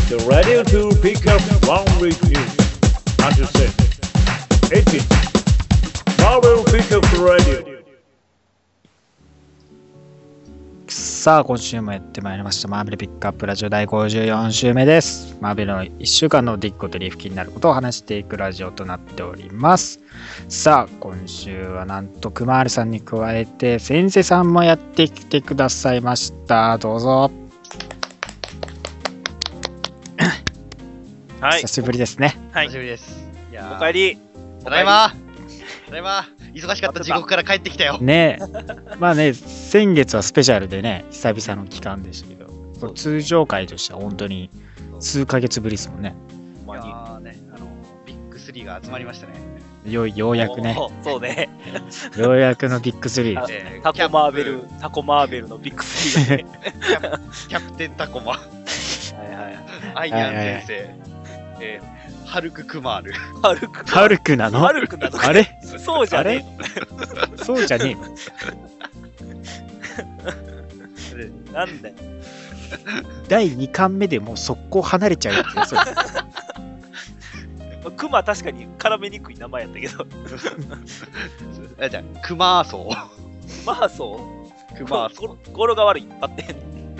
The radio to pick up one week news. Understand? 18. Marvel Pickup Radio. さあ今週もやってまいりましたマーベルピックアップラジオ第54週目です。マーベルの1週間の出来事リーフ気になることを話していくラジオとなっております。さあ今週はなんとクマールさんに加えて先生さんもやってきてくださいました。どうぞ。 はい、 久しぶりですね。 はい、 久しぶりです。いやおかえり。 ただいま。ただいま。忙しかった地獄から帰ってきたよ。 ねえ、まあね、先月はスペシャルでね、久々の期間でしたけど、通常回としては本当に数ヶ月ぶりですもんね。 いやーね、ビッグ3が集まりましたね。 ようやくね。 そうね。 ようやくのビッグ3です。 タコマーベルのビッグ3がね。 キャプテンタコマ。アイアン先生。ハルククマール。 ハルクなの？ ハルクなの？ あれ？ そうじゃねえ。そうじゃねえ。なんだよ。 第2巻目でもう速攻離れちゃうやつよ、 クマ確かに絡めにくい名前やったけど。 じゃあ、クマーソー。 クマーソー？ クマーソー。語呂が悪い。あって。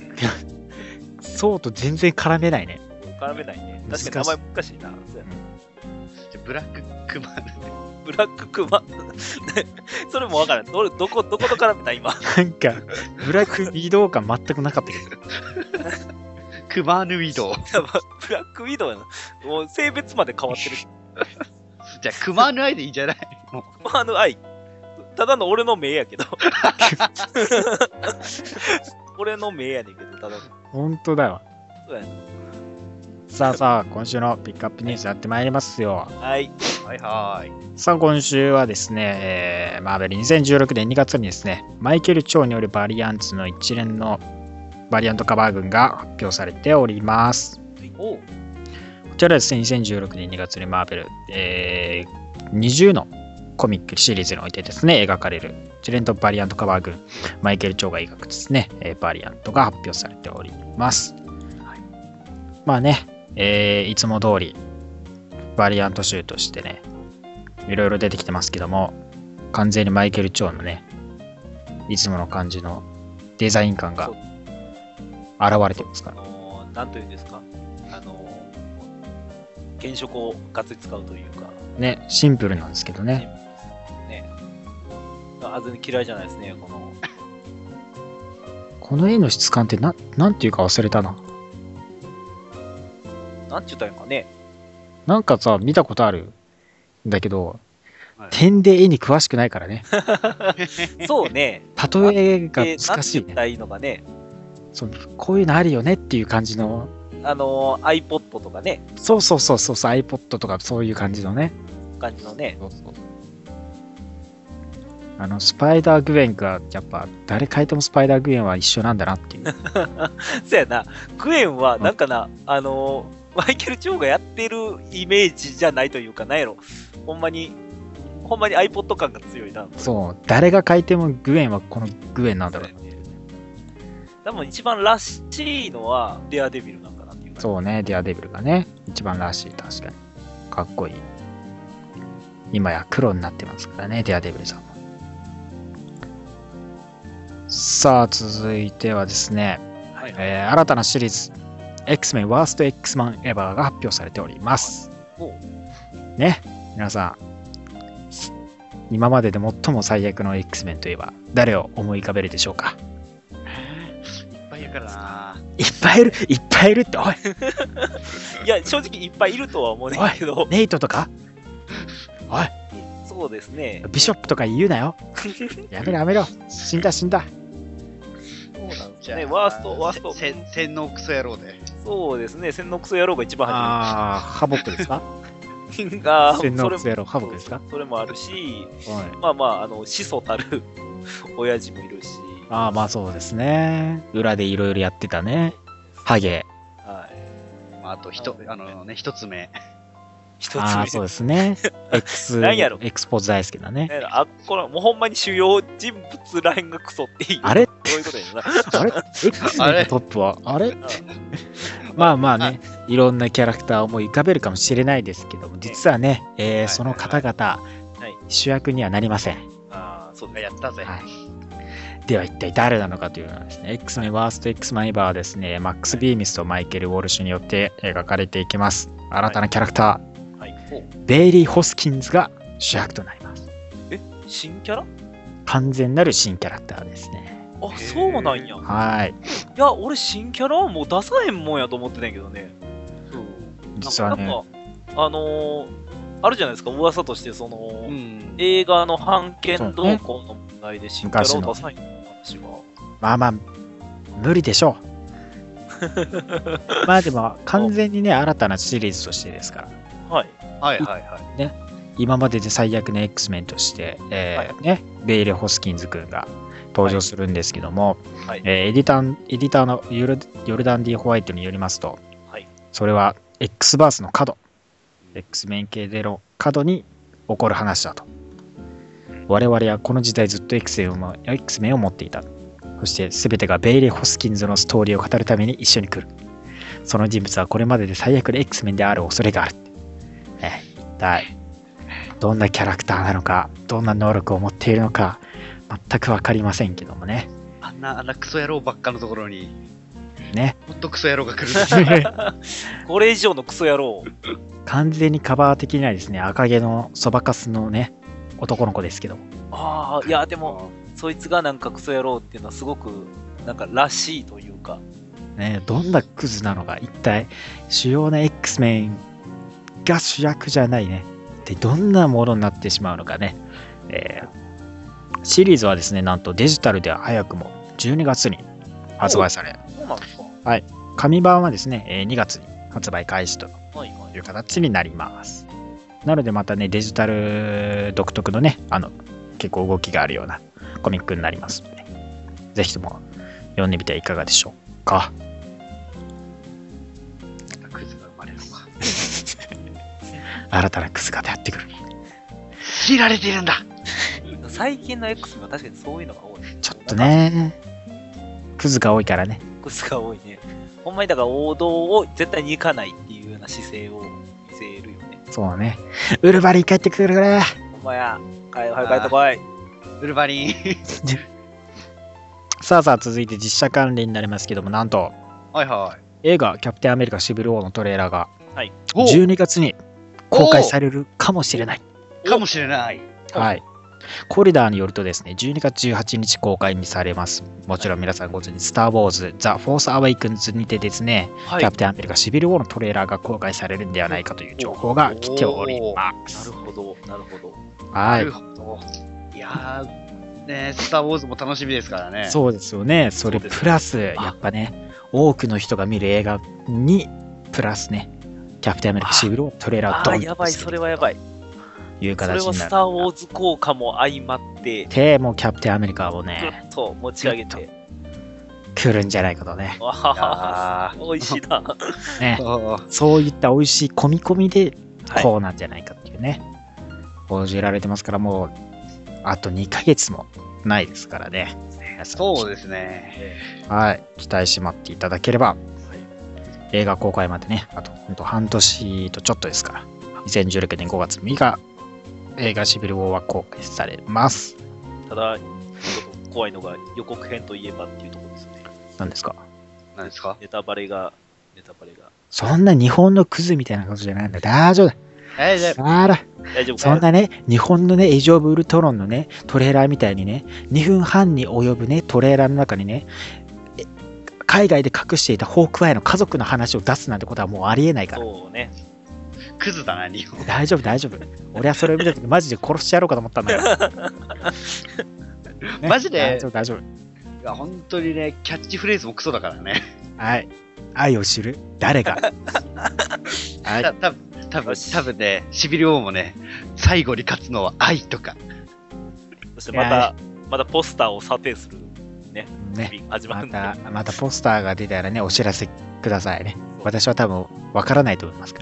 そうと全然絡めないね。 絡めないね。確かに名前難しいな。 ブラッククマ。 ブラッククマ。それもわからん。どこと絡めた今。 なんか、ブラック移動感全くなかったけど。 クマーヌウィドウ。 ブラックウィドウやな。もう性別まで変わってる。 じゃあ、クマーヌアイでいいんじゃない？ クマーヌアイ。ただの俺の目やけど。俺の目やねんけど、ただの。 本当だわ。 そうやね。 さあ、今週のピックアップニュースやってまいりますよ。 はい。 さあ、今週はですね、マーベル2016年2月にですね、マイケル・チョウによるバリアンツの一連のバリアントカバー群が発表されております。こちらですね、2016年2月にマーベル、20のコミックシリーズにおいてですね、描かれる一連とバリアントカバー群、マイケル・チョウが描くですね、バリアントが発表されております。まあね、いつも通りバリアント集としてねいろいろ出てきてますけども、完全にマイケル・チョウのねいつもの感じのデザイン感が現れてますから、 なんというんですか、原色をがっつり使うというかね、シンプルなんですけどね。 あずに嫌いじゃないですね。 この絵の質感ってなんていうか忘れたな。 なんて言ったらいいのかね。 なんかさ、見たことあるんだけど、 はい、 点で絵に詳しくないからね。 そうね。 例えが難しいね。 なんて言ったらいいのかね。 こういうのあるよねっていう感じの。 iPod とかね。 そう、iPod とかそういう感じのね。 感じのね。 スパイダーグエンがやっぱ誰書いてもスパイダーグエンは一緒なんだなっていう。 そうやな。グエンはなんかな、マイケル・チョウがやってるイメージじゃないというか、なんやろ。ほんまに iPod 感が強いな。 そう、誰が書いてもグエンはこのグエンなんだろう。 多分一番らしいのはデアデビルなんかなっていう。 そうね、デアデビルがね、一番らしい、確かに。かっこいい。今や黒になってますからね、デアデビルさんも。さあ、続いてはですね、新たなシリーズ、X-Men Worst X-Men Ever が発表されております。ね、皆さん、今までで最も最悪の X-Men といえば誰を思い浮かべるでしょうか？ いっぱいいるからな。 いっぱいいるって、おいいや、正直いっぱいいるとは思うねんけど。 ネイトとか、おい、 そうですね。 ビショップとか言うなよ。やめろ。死んだ。 そうなんですね。ワースト。 洗脳クソ野郎で。 そうですね。洗脳クソ野郎が一番初め。 ハボックですか？洗脳クソ野郎、ハボックですか？ それもあるし、 はい、 まあ、始祖たる親父もいるし。 まあそうですね。裏でいろいろやってたね。ハゲ。 はい。 あと一つ目。 そうですね。 何やろ。 エクスポーズ大好きだね。 これもうほんまに主要人物らへんがクソっていう。 あれどういうことやな。 あれ X のトップはあれまあね。 いろんなキャラクターを思い浮かべるかもしれないですけども、実はね、その方々、主役にはなりません。 ああ、そうだ。 やったぜ。 はい、では一体誰なのかというのはですね、X メンワースト X マンエヴァはですね、マックス・ビーミスとマイケル・ウォルシュによって描かれていきます。新たなキャラクター、 はい。 ベイリー・ホスキンズが主役となります。 新キャラ？ 完全なる新キャラクターですね。 あ、そうなんや。 はい。 いや、俺新キャラはもう出さへんもんやと思ってたんやけどね。 実はね、 なんかあるじゃないですか、噂として、映画の版権動向の問題で新キャラを出さへんの話は。 まあまあ、無理でしょう。まあでも、完全にね、新たなシリーズとしてですから。 はい。 はいはいはい。 ね、今までで最悪の X メンとして、ね、ベイレ・ホスキンズ君が登場するんですけども、エディターのヨルダン・ディ・ホワイトによりますと、それは X バースの角、X メン系での角に起こる話だと。我々はこの時代ずっと X メンを持っていた。そして全てがベイレ・ホスキンズのストーリーを語るために一緒に来る。その人物はこれまでで最悪の X メンである恐れがある。一体どんなキャラクターなのか、どんな能力を持っているのか、全く分かりませんけどもね。 あんなクソ野郎ばっかのところに、 ね。 もっとクソ野郎が来る。 これ以上のクソ野郎。 完全にカバー的にはですね、赤毛のそばかすのね、男の子ですけど。 ああ、いや、でも、そいつがなんかクソ野郎っていうのはすごく、なんからしいというか。 ね、どんなクズなのか、一体、主要な X メンが主役じゃないね。一体どんなものになってしまうのかね。シリーズはですね、なんとデジタルでは早くも12月に発売され、 そうなんですか。 はい、紙版はですね、2月に発売開始という形になります。なのでまたね、デジタル独特のね、結構動きがあるようなコミックになりますので、ぜひとも読んでみてはいかがでしょうか。 クズが生まれるのか。 新たなクズがやってくる。 知られているんだ。 最近の X は確かにそういうのが多い。 ちょっとね、クズが多いからね。 クズが多いね。ほんまにだから王道を絶対に行かないっていうような姿勢を見せるよね。 そうね。ウルヴァリン帰ってくるくれ。 ほんまや。早く帰ってこい。 ウルヴァリン。 さあ続いて実写関連になりますけども、なんと、 はいはい。 映画キャプテンアメリカシビルウォーのトレーラーがはい。 12月に公開されるかもしれない。 かもしれない。 はい。コリダーによるとですね、12月18日公開にされます。もちろん皆さんご存知、スター・ウォーズ・ザ・フォース・アウェイクンズにてですね、キャプテンアメリカシビルウォーのトレーラーが公開されるんではないかという情報が来ております。 なるほど、なるほど。 はい。 なるほど。いやー、ね、スター・ウォーズも楽しみですからね。 そうですよね。それプラス、やっぱね、多くの人が見る映画に、プラスね、キャプテンアメリカシビルウォートレーラーをドンとやばい、それはやばい。 いう形になる。 それはスター・ウォーズ効果も相まって、 もうキャプテンアメリカをぐね、 っと持ち上げて。 来るんじゃないかとね。 わあ、美味しいな。 ね、そういった美味しい込み込みで、こうなんじゃないかっていうね、報じられてますから、もう、あと2ヶ月もないですからね。 そうですね。 はい、期待しまっていただければ、映画公開までね、あと本当半年とちょっとですから、2016年5月6日、映画シビルウォーは公開されます。 ただ、ちょっと怖いのが予告編といえばっていうところですね。 何ですか？ 何ですか？ ネタバレが。 そんな日本のクズみたいなことじゃないんだ。大丈夫だ。大丈夫。そんなね、日本のね、エイジオブウルトロンのね、トレーラーみたいにね、2分半に及ぶね、トレーラーの中にね、海外で隠していたホークアイの家族の話を出すなんてことはもうありえないから。 そうね。 クズだな、日本。 大丈夫。俺はそれを見たときマジで殺してやろうかと思ったんだよ。 ね、マジで大丈夫。 いや、本当にね、キャッチフレーズもクソだからね。 はい。愛を知る誰が。 はい。多分ね、シビル王もね、最後に勝つのは愛とか。 そしてまたポスターを査定するね。始まるんで。 またポスターが出たらね、お知らせくださいね。私は多分わからないと思いますから。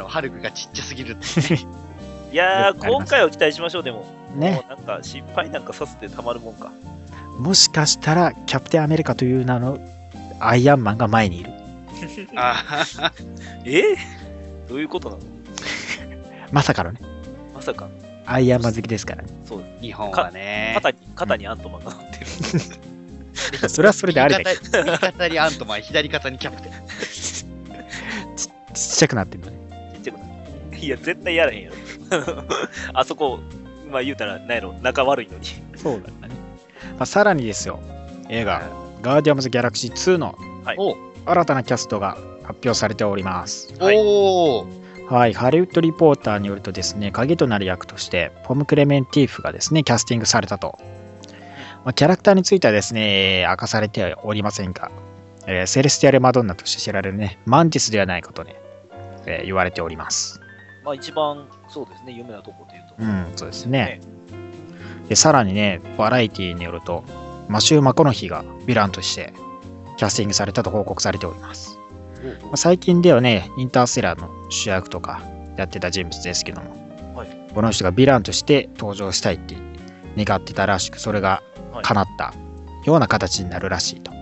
ハルクがちっちゃすぎるって、ね。 いやー、今回は期待しましょう、でも。 ね。 もうなんか失敗なんかさせてたまるもんか。 もしかしたら、キャプテンアメリカという名のアイアンマンが前にいる。 あどういうことなの？ まさかのね、 まさか。 アイアンマン好きですからね。 そう。 日本はね。 肩にアントマンが乗ってる。 それはそれでありだけど、 右肩にアントマン、左肩にキャプテン。 ちっちゃくなってるのね。 ちっちゃくない。いや、絶対やらへんやろ。あそこ、まあ言うたら、なんやろ、仲悪いのに。 そうだね。まあ、さらにですよ、映画、ガーディアムズ・ギャラクシー2のお新たなキャストが発表されております。 おはい、ハリウッドリポーターによるとですね、鍵となる役として、ポム・クレメンティーフがですね、キャスティングされたと。まあ、キャラクターについてはですね、明かされておりませんが、セレスティアル・マドンナとして知られるね、マンティスではないかとね、言われております。 まあ一番、そうですね、有名なところで言うと。 そうですね。で、さらにね、バラエティによると、マシュー・マコノヒーがヴィランとしてキャスティングされたと報告されております。まあ、最近ではね、インターステラーの主役とかやってた人物ですけども、この人がヴィランとして登場したいって願ってたらしく、それが叶ったような形になるらしいと。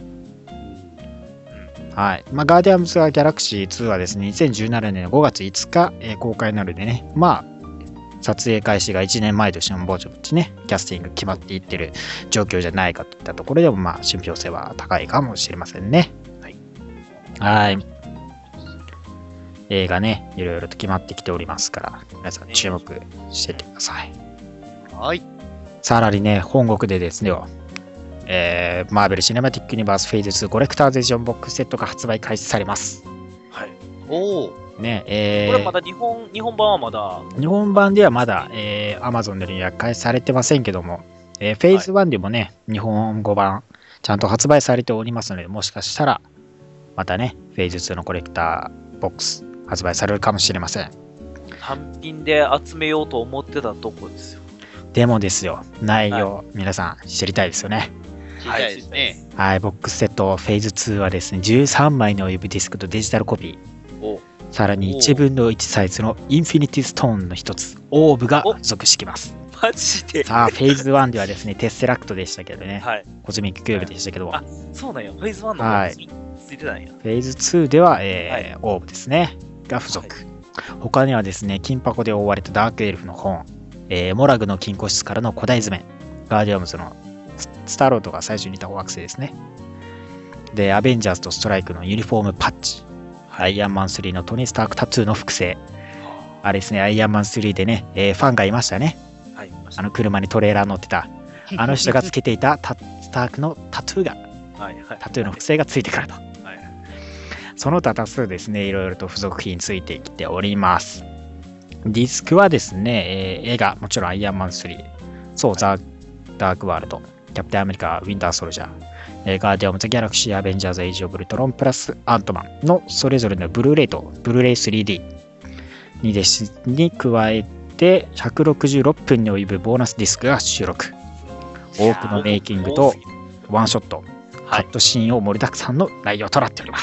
はい。まあ、ガーディアムズ・ギャラクシー2はですね、2017年の5月5日、公開になるんでね、まあ、撮影開始が1年前としてもぼちぼちね、キャスティング決まっていってる状況じゃないかといったところでも、まあ、信憑性は高いかもしれませんね。はい。映画ね、いろいろと決まってきておりますから、皆さん注目しててください。 はい。 さらにね、本国でですね、マーベル・シネマティック・ユニバース・フェイズ2コレクターズ・エディションボックスセットが発売開始されます。 はい。 おお。 ね、 これまだ日本版はまだ。 日本版ではまだ、Amazon で予約開始されてませんけども、フェイズ1でもね、日本語版ちゃんと発売されておりますので、もしかしたら、またね、フェイズ2のコレクターボックス発売されるかもしれません。 単品で集めようと思ってたとこですよ。 でもですよ、内容、皆さん知りたいですよね。 知りたいですね。 はい、ボックスセットフェーズ2はですね、13枚の及ぶディスクとデジタルコピー。さらに1分の1サイズのインフィニティストーンの一つ、オーブが付属してきます。 マジで。 さあ、フェーズ1ではですね、テッセラクトでしたけどね、 はい、 コズミックキューブでしたけども。 あ、そうなんや、フェーズ1の方についてたんや。 フェーズ2では、オーブですね、が付属。他にはですね、金箱で覆われたダークエルフの本、モラグの金庫室からの古代図面、ガーディアムズのスターロードが最初にいた惑星ですね。で、アベンジャーズとストライクのユニフォームパッチ。アイアンマン3のトニー・スタークタトゥーの複製。あれですね、アイアンマン3でね、ファンがいましたね。 はい、 あの車にトレーラー乗ってた。あの人がつけていたスタークのタトゥーが、タトゥーの複製がついてくると。その他多数ですね、いろいろと付属品ついてきております。ディスクはですね、映画、もちろんアイアンマン3、そう、ザ・ダークワールド、キャプテンアメリカ、ウィンターソルジャー、ガーディアムズ・ギャラクシー・アベンジャーズ・エイジ・オブ・ルトロンプラス・アントマンのそれぞれのブルーレイとブルーレイ 3D に加えて166分に及ぶボーナスディスクが収録。多くのメイキングとワンショット、カットシーンを盛りだくさんの内容となっております。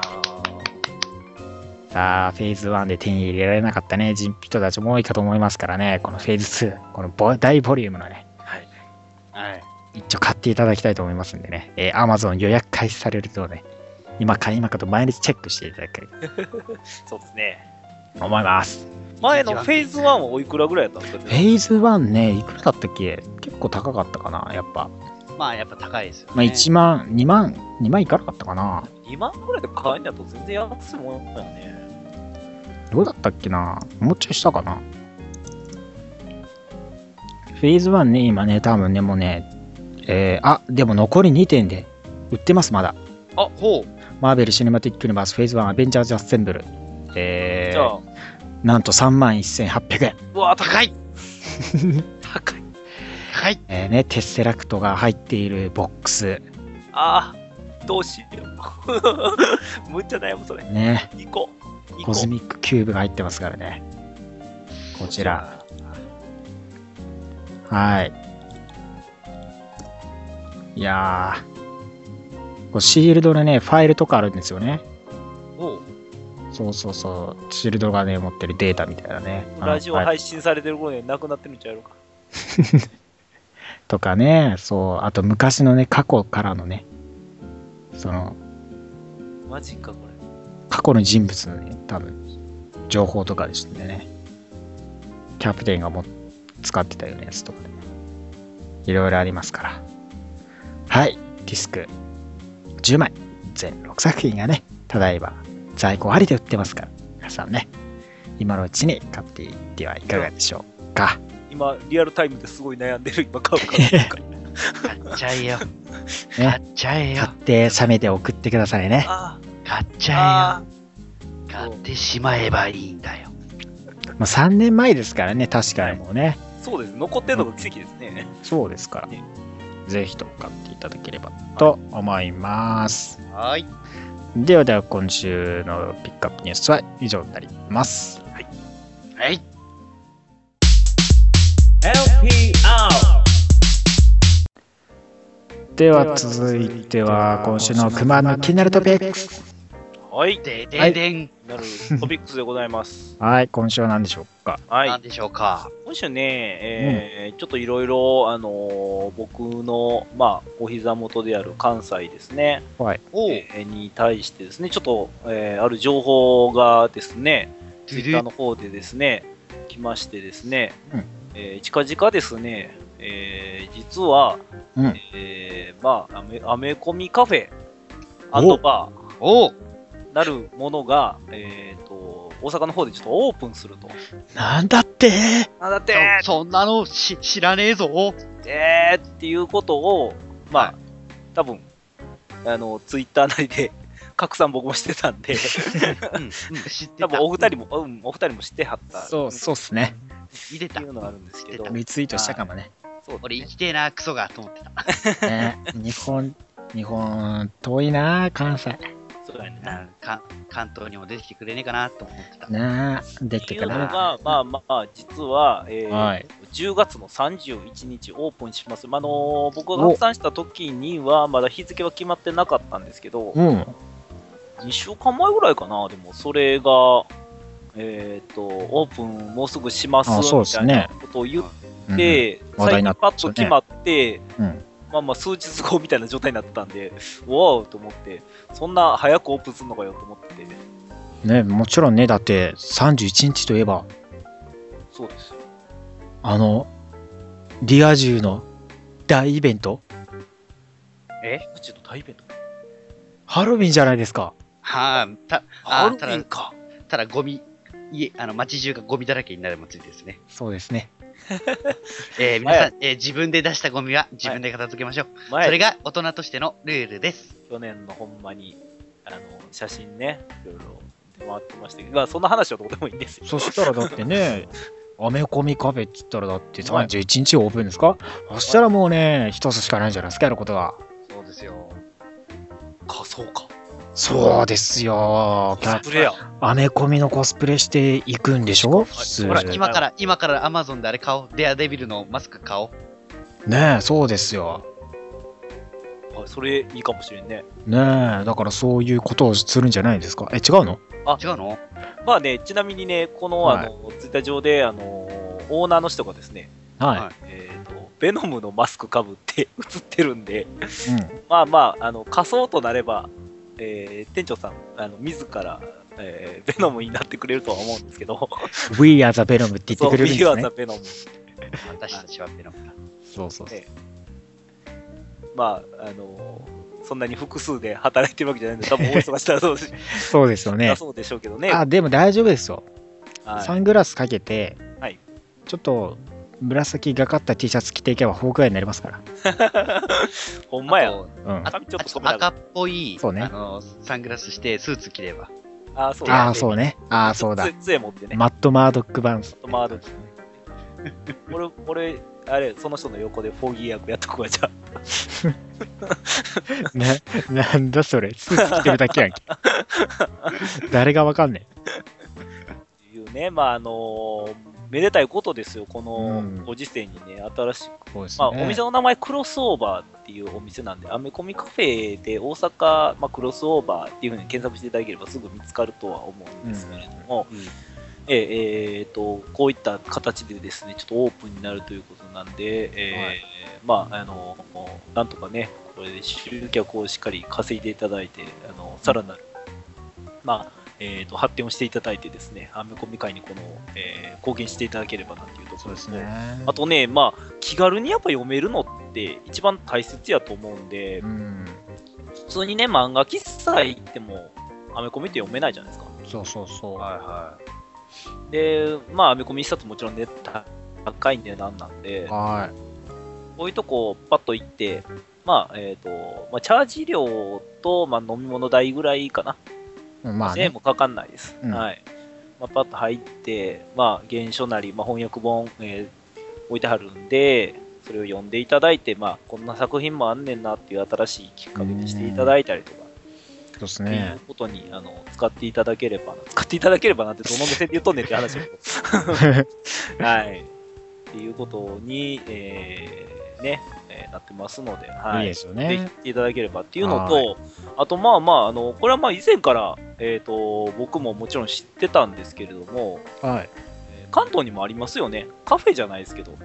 さあ、フェーズ1で手に入れられなかったね、人たちも多いかと思いますからね、このフェーズ2、この大ボリュームのね、一応買っていただきたいと思いますんでね、Amazon 予約開始されるとね、今か毎日チェックしていただきたい。 そうですね。 思います。 前のフェーズ1はおいくらぐらいだったんですか？ フェーズ1ね、いくらだったっけ？結構高かったかな、やっぱ。 まあやっぱ高いですよね。 まあ1万、2万いかなかったかな。 2万ぐらいで買えんやと全然安いもんだよね。 どうだったっけな、もうちょいしたかな。フェーズ1ね、今ね、多分ね、もうね、でも残り2点で売ってます、まだ。 あ、ほう。 マーベル・シネマティック・ユニバース・フェーズ1アベンジャーズ・アッセンブル。 じゃあ、 なんと31,800円。 うわ、高い高い。 高い。 ね、テッセラクトが入っているボックス。 ああ、どうしよう。むっちゃ悩む、それ。 ね。 行こう。 コズミックキューブが入ってますからね。こちら。はい。いやー。シールドのね、ファイルとかあるんですよね。 おう。 そう。シールドがね、持ってるデータみたいなね。 ラジオ配信されてる頃にはなくなってるんちゃうか。 とかね、そう。あと昔のね、過去からのね、その、 マジか、これ。 過去の人物のね、多分、情報とかですね、キャプテンが使ってたようなやつとかね、いろいろありますから。はい、ディスク10枚、全6作品がね、ただいま在庫ありで売ってますから、皆さんね、今のうちに買っていってはいかがでしょうか。 今、リアルタイムですごい悩んでる、今買うか買っちゃえよ。買っちゃえよ買。って冷めて送ってくださいね。 あ買っちあ、 ゃあえよ。買ってしまえばいいんだよ。 もう3年前ですからね、確かにもうね。 そうです。残ってるのが奇跡ですね。 そうですから、 ねぜひとも買っていただければと思います。 はーい。 ではでは今週のピックアップニュースは以上になります。 はい。 LPR では続いては今週のクマの気になるトピックス。 はい。 でででん。 なるトピックスでございます。 はい、今週は何でしょうか。 はい。 なんでしょうか。 今週ね、ちょっといろいろ、僕の、お膝元である関西ですね、 はい。 おう。 に対してですね、ちょっと、ある情報がですね、ツイッターの方でですね、来ましてですね、 うん近々ですね、実は、 うん。 アメコミカフェバおう。 ーなるものが、大阪の方でちょっとオープンすると。 なんだってだってそんなの知らねえぞ。 っていうことを、多分、ツイッターなりで拡散僕もしてたんで、 うん、知ってた。 多分お二人も、お二人も知ってはった。 そうっすね。 入れたってい。うのがあるんですけど、 リツイートしたかもね。 そう俺生きてえな、クソが、と思ってた。 ね日本、遠いな、関西。 そうやね。 関東にも出てきてくれねえかな、と思ってた。 ねできっていうのてくな。 が、実は、 はい 10月の31日オープンします。僕が拡散した時には、まだ日付は決まってなかったんですけど、 うん。 2週間前ぐらいかな、でも、それが、オープンもうすぐしますあそうみたいですねなことを言っうんて、 話題になってパッましたねと決まって、 うん。 数日後みたいな状態になってたんで、うわおと思って、そんな早くオープンするのかよと思って、 ね、もちろんね、だって31日といえば、 そうですよ。 リア充の大イベント、 うちの大イベント。 ハロウィンじゃないですか。 はハロウただ、 ィンか。 ただゴミ、街中がゴミだらけになる祭りですね。 そうですね。 皆さん、自分で出したゴミは自分で片付けましょう。それが大人としてのルールです。 去年のほんまに、写真ね、いろいろ出回ってましたけど、そんな話はどうでもいいんですよ。 そしたらだってね、アメコミカフェって言ったらだって31日オープンですか、そしたらもうね、一つしかないんじゃないですか、やることが。 そうですよ。 そうか。 そうですよ。 コスプレや。 アメコミのコスプレしていくんでしょ普通。 ほら、今からアマゾンであれ買おう。デアデビルのマスク買おう。 ねえ、そうですよ。 それいいかもしれんね。 ねえ、だからそういうことをするんじゃないですか。違うの？ 違うの？ ちなみにね、この、 はいツイッター上で、オーナーの人がですね、 はベノムのマスクかぶって写ってるんで、 い。 仮装となれば、店長さん、自ら、ベノムになってくれるとは思うんですけど、 We are the Venom って言ってくれるんです We are ね the。Venom。 私たちはベノムだ。 そうそうそう。 そんなに複数で働いてるわけじゃないんで、多分大忙しだそうし、 そうですよね。 そうでしょうけどね。 あ、でも大丈夫ですよ。 はいサングラスかけて、 はいちょっと紫がかった T シャツ着ていけばフォークアイになりますから。 ほんまや。 あとうん。 髪ちょっとあと染めなが赤っぽい、 そうねサングラスしてスーツ着れば。 そうああ、そうね。ああ、そうだ。 杖持ってね。 マットマードックバンス。 マード俺、あれ、その人の横でフォーギー役やっとくわ、じゃなんだそれ。スーツ着てるだけやんけ。誰がわかんねっていうね、めでたいことですよ、こうのんご時世にね、新しく。 え。そうですね。 お店の名前、クロスオーバーっていうお店なんで、アメコミカフェで大阪、クロスオーバーっていうふうに検索していただければすぐ見つかるとは思うんですけれども、こういった形でですね、ちょっとオープンになるということなんで、なんとかね、これで集客をしっかり稼いでいただいて、さらなるまあ、発展をしていただいてですね、アメコミ界に貢献していただければなっていうところですね。あとね、まあ、気軽にやっぱ読めるのって一番大切やと思うんで、普通にね、漫画喫茶行っても、アメコミって読めないじゃないですか。 そうそうそう。 はいはい。で、まあ、アメコミ一冊もちろん高い値段なんで、 はい。 こういうとこパッと行って、まあ、まあ、チャージ料と、まあ、飲み物代ぐらいかな。 まあ、 1000円もかかんないです。 うんはい。まあ、パッと入って、まあ、原書なり、まあ、翻訳本、置いてあるんで、それを読んでいただいて、まあ、こんな作品もあんねんなっていう新しいきっかけにしていただいたりとか、 そうですっていうね。 ことに使っていただければなってどの目線で言っとんねんって話だけど。はい。っていうことに、ね、なってますので、はい。 いいですよね。 ぜひ来ていただければっていうのと、あと、まあまあ、これはまあ以前から、僕ももちろん知ってたんですけれども、 はい。 関東にもありますよね。カフェじゃないですけど。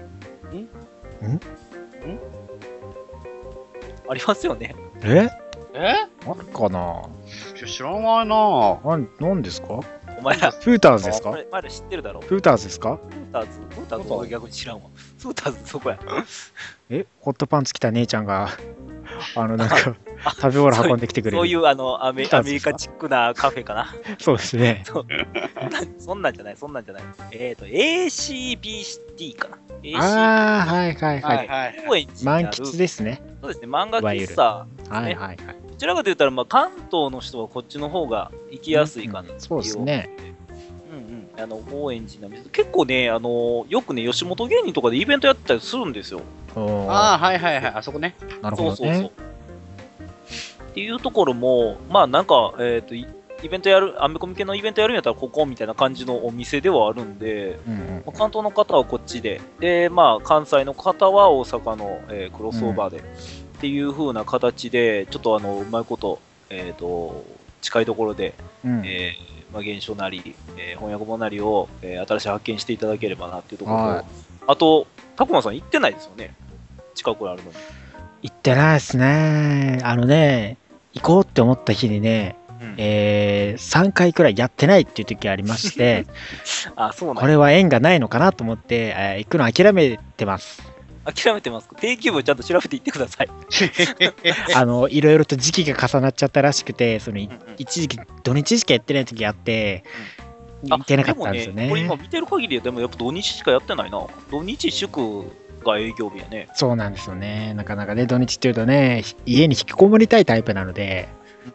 ありますよね。 あるかな。 知らないな。 何ですか？ お前ら、 フーターズですか？ お前ら知ってるだろ。 フーターズですか？ フーターズ俺逆に知らんわ。フーターズそこや。 ホットパンツ着た姉ちゃんが、なんか、食べ物運んできてくれる。 そういうアメリカチックなカフェかな。 そうですね。 そんなんじゃない。ACBCT かな。 ああ、はいはいはい。 高円寺満にある喫ですね。 そうですね、漫画喫茶。 はいはいはい。 どちらかといったら、まあ、関東の人はこっちの方が行きやすいかな。 そうですね。 高円寺なんです結構ね、よくね、吉本芸人とかでイベントやったりするんですよ。 ああ、はいはいはい、あそこね。 なるほどね。 そう。っていうところも、まあなんか、イベントやる、アメコミ系のイベントやるんやったらここみたいな感じのお店ではあるんで、まあ関東の方はこっちで、で、まあ関西の方は大阪の、クロスオーバーで、っていう風な形で、ちょっとうまいこと、近いところで、まあ、原書なり、翻訳本なりを、新しい発見していただければなっていうところと、あと、たくまさん行ってないですよね。近くにあるのに。 行ってないですね。行こうって思った日にね、3回くらいやってないっていう時ありまして、 そうなんこれは縁がないのかなと思って、行くの諦めてます。 諦めてますか？定休日をちゃんと調べていってください。 いろいろと時期が重なっちゃったらしくて、一時期土日しかやってない時あって、行けなかったんですよね。 これ今見てる限りでもやっぱ土日しかやってないな。土日祝が営業日やね。 そうなんですよね。なかなかね、土日っていうとね、家に引きこもりたいタイプなので。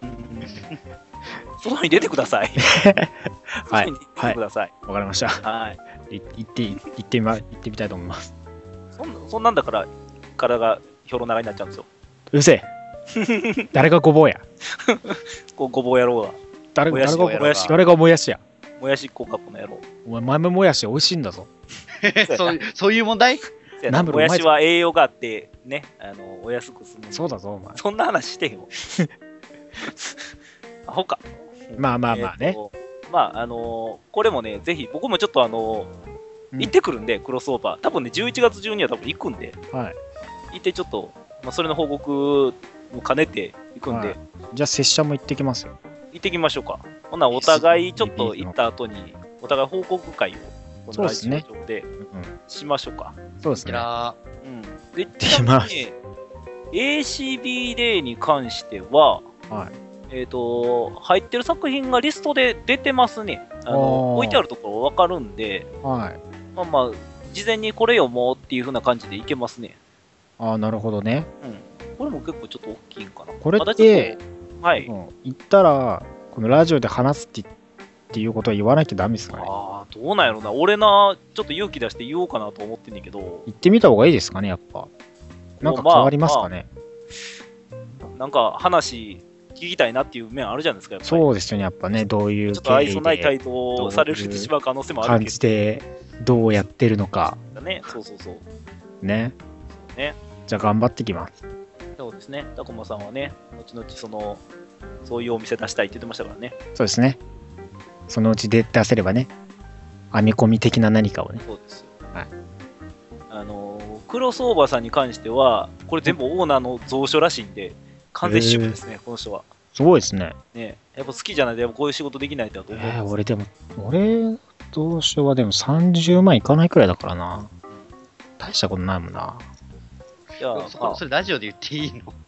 外に出てください。 はい。 出てください。 わかりました。 はい。 行ってみたいと思います。 そんなんだから体がひょろ長になっちゃうんですよ。 うせえ。誰がごぼうや。 ごぼう野郎が。 誰がもやしや。 もやし効果の野郎。 お前豆もやし美味しいんだぞ。 そういう問題？ もやしは栄養があってね、お安く済む。 そうだぞお前。 そんな話してへんわ。アホか。 まあね。 まあこれもね、ぜひ僕もちょっと行ってくるんで、クロスオーバー。多分ね、11月中には多分行くんで、行ってちょっと、まあ、それの報告も兼ねて行くんで、 じゃあ拙者も行ってきますよ。 行ってきましょうか。ほな、お互いちょっと行った後に、お互い報告会を、このラジオ上でしましょうか。 そうですね。 で、ちなみに、ACB デーに関しては、入ってる作品がリストで出てますね。置いてあるところ分かるんで、まあまあ、事前にこれ読もうっていう風な感じでいけますね。 なるほどね。 これも結構ちょっと大きいんかな。 これって、行ったら、このラジオで話すっていうことは言わなきゃダメですかね。 どうなんやろな。俺ちょっと勇気出して言おうかなと思ってんねんけど。 行ってみた方がいいですかね、やっぱ。なんか変わりますかね。 なんか話、聞きたいなっていう面あるじゃないですか。 そうですよね、やっぱね、どういうちょっと愛想ない態度をされてしまう可能性もあるけど。 感じで、どうやってるのか。 そう。 ね。じゃあ頑張ってきます。 そうですね。タコマさんはね、後々そういうお店出したいって言ってましたからね。 そうですね。そのうち出せればね、編み込み的な何かをね。 そうですよ。クロスオーバーさんに関しては、これ全部オーナーの蔵書らしいんで、完全主婦ですね、この人は。 すごいですね。 やっぱ好きじゃないと、やっぱこういう仕事できないとはと思う。 俺、どうしようはでも30万いかないくらいだからな。大したことないもんな。 いや、 それラジオで言っていいの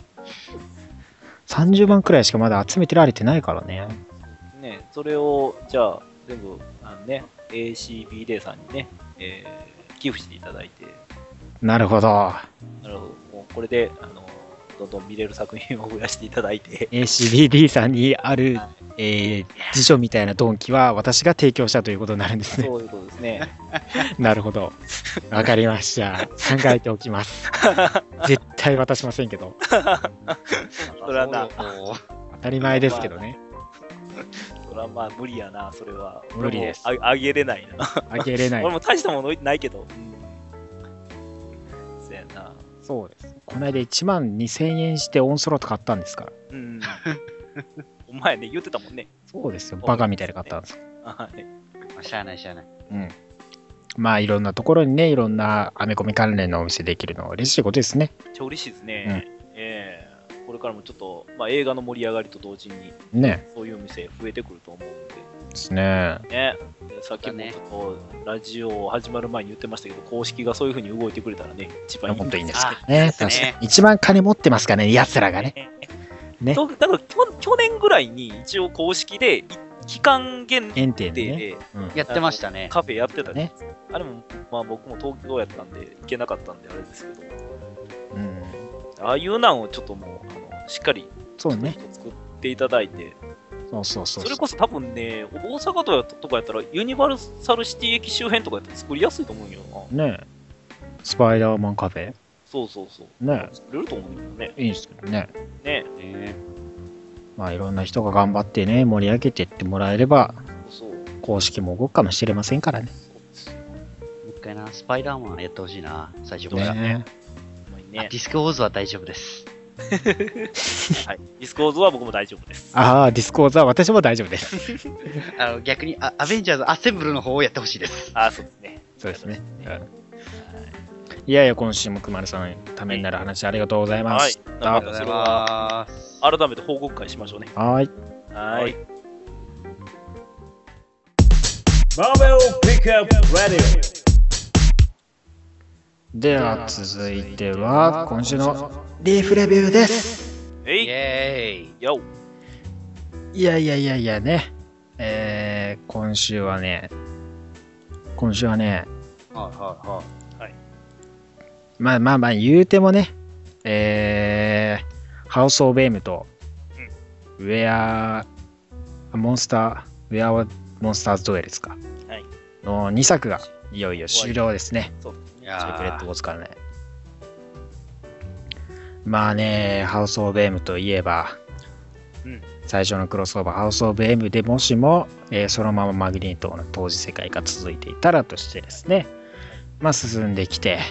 30万くらいしかまだ集めてられてないからね。 ね、それを、じゃあ、全部、ACB デーさんにね、寄付していただいて。 なるほど。 なるほど。もうこれで、どんどん見れる作品を増やしていただいて。 ACBD さんにある、辞書みたいなドンキは私が提供したということになるんですね。 そういうことですね。 なるほど。わかりました。考えておきます。絶対渡しませんけど。 それはな、 当たり前ですけどね。 それはまあ無理やな、それは。 無理です。 あげれないな。 あげれない。 俺も大したものないけど。そうやな。 そうです。この間1万2000円してオンスロット買ったんですから。 うん。お前ね、言ってたもんね。 そうですよ。バカみたいに買ったんですよ。 はい。 しゃあないしゃあない。 うん。まあいろんなところにね、いろんなアメコミ関連のお店できるのは嬉しいことですね。 超嬉しいですね。これからもちょっと、まあ、映画の盛り上がりと同時に、 ね。 そういう店増えてくると思うんで。 ですね。 ね。さっきもちょっとラジオ始まる前に言ってましたけど、公式がそういう風に動いてくれたらね、一番いい本当いいんですけけどね。確かに。一番金持ってますからね、奴らがね。ね。 だから去年ぐらいに一応公式で期間限定で、 ね、 やってましたね。 カフェやってたね。 あれも、まあ僕も東京やったんで行けなかったんであれですけど、ああいうなんをちょっともうしっかりそうね作っていただいて、 そうそれこそ多分ね、大阪とかやったらユニバーサルシティ駅周辺とかやったら作りやすいと思うんよな。 ねえ。スパイダーマンカフェそうそうそう。 ねえ。 作れると思うんだよね。 いいですけどね。 ねえ。まあいろんな人が頑張ってね、盛り上げていってもらえれば、公式も動くかもしれませんからね。 もう一回な、スパイダーマンやってほしいな、最初から。 ねディスクオーズは大丈夫です。 はい、ディスコーズは僕も大丈夫です。 ああ、ディスコーズは私も大丈夫です。 逆にアベンジャーズアセンブルの方をやってほしいです。 そうですね。 そうですね。いやいや、今週もくまるさん、ためになる話ありがとうございます。 はい、またそれは改めて報告会しましょうね。 はい。 はい。 Marvel Pickup Radio。 では続いては今週のリーフレビューです。 イエーイよ。 いやね、今週はね、まあ言うてもね、ハウス・オブ・エムと、ウェアモンスターズ・ドエルズか、の2作がいよいよ終了ですね。シークレット・ウォーズからね。まあね、ハウス・オブ・エムといえば、最初のクロスオーバーハウス・オブ・エムでもしも、そのままマグニートの当時世界が続いていたらとしてですね、まあ進んできて、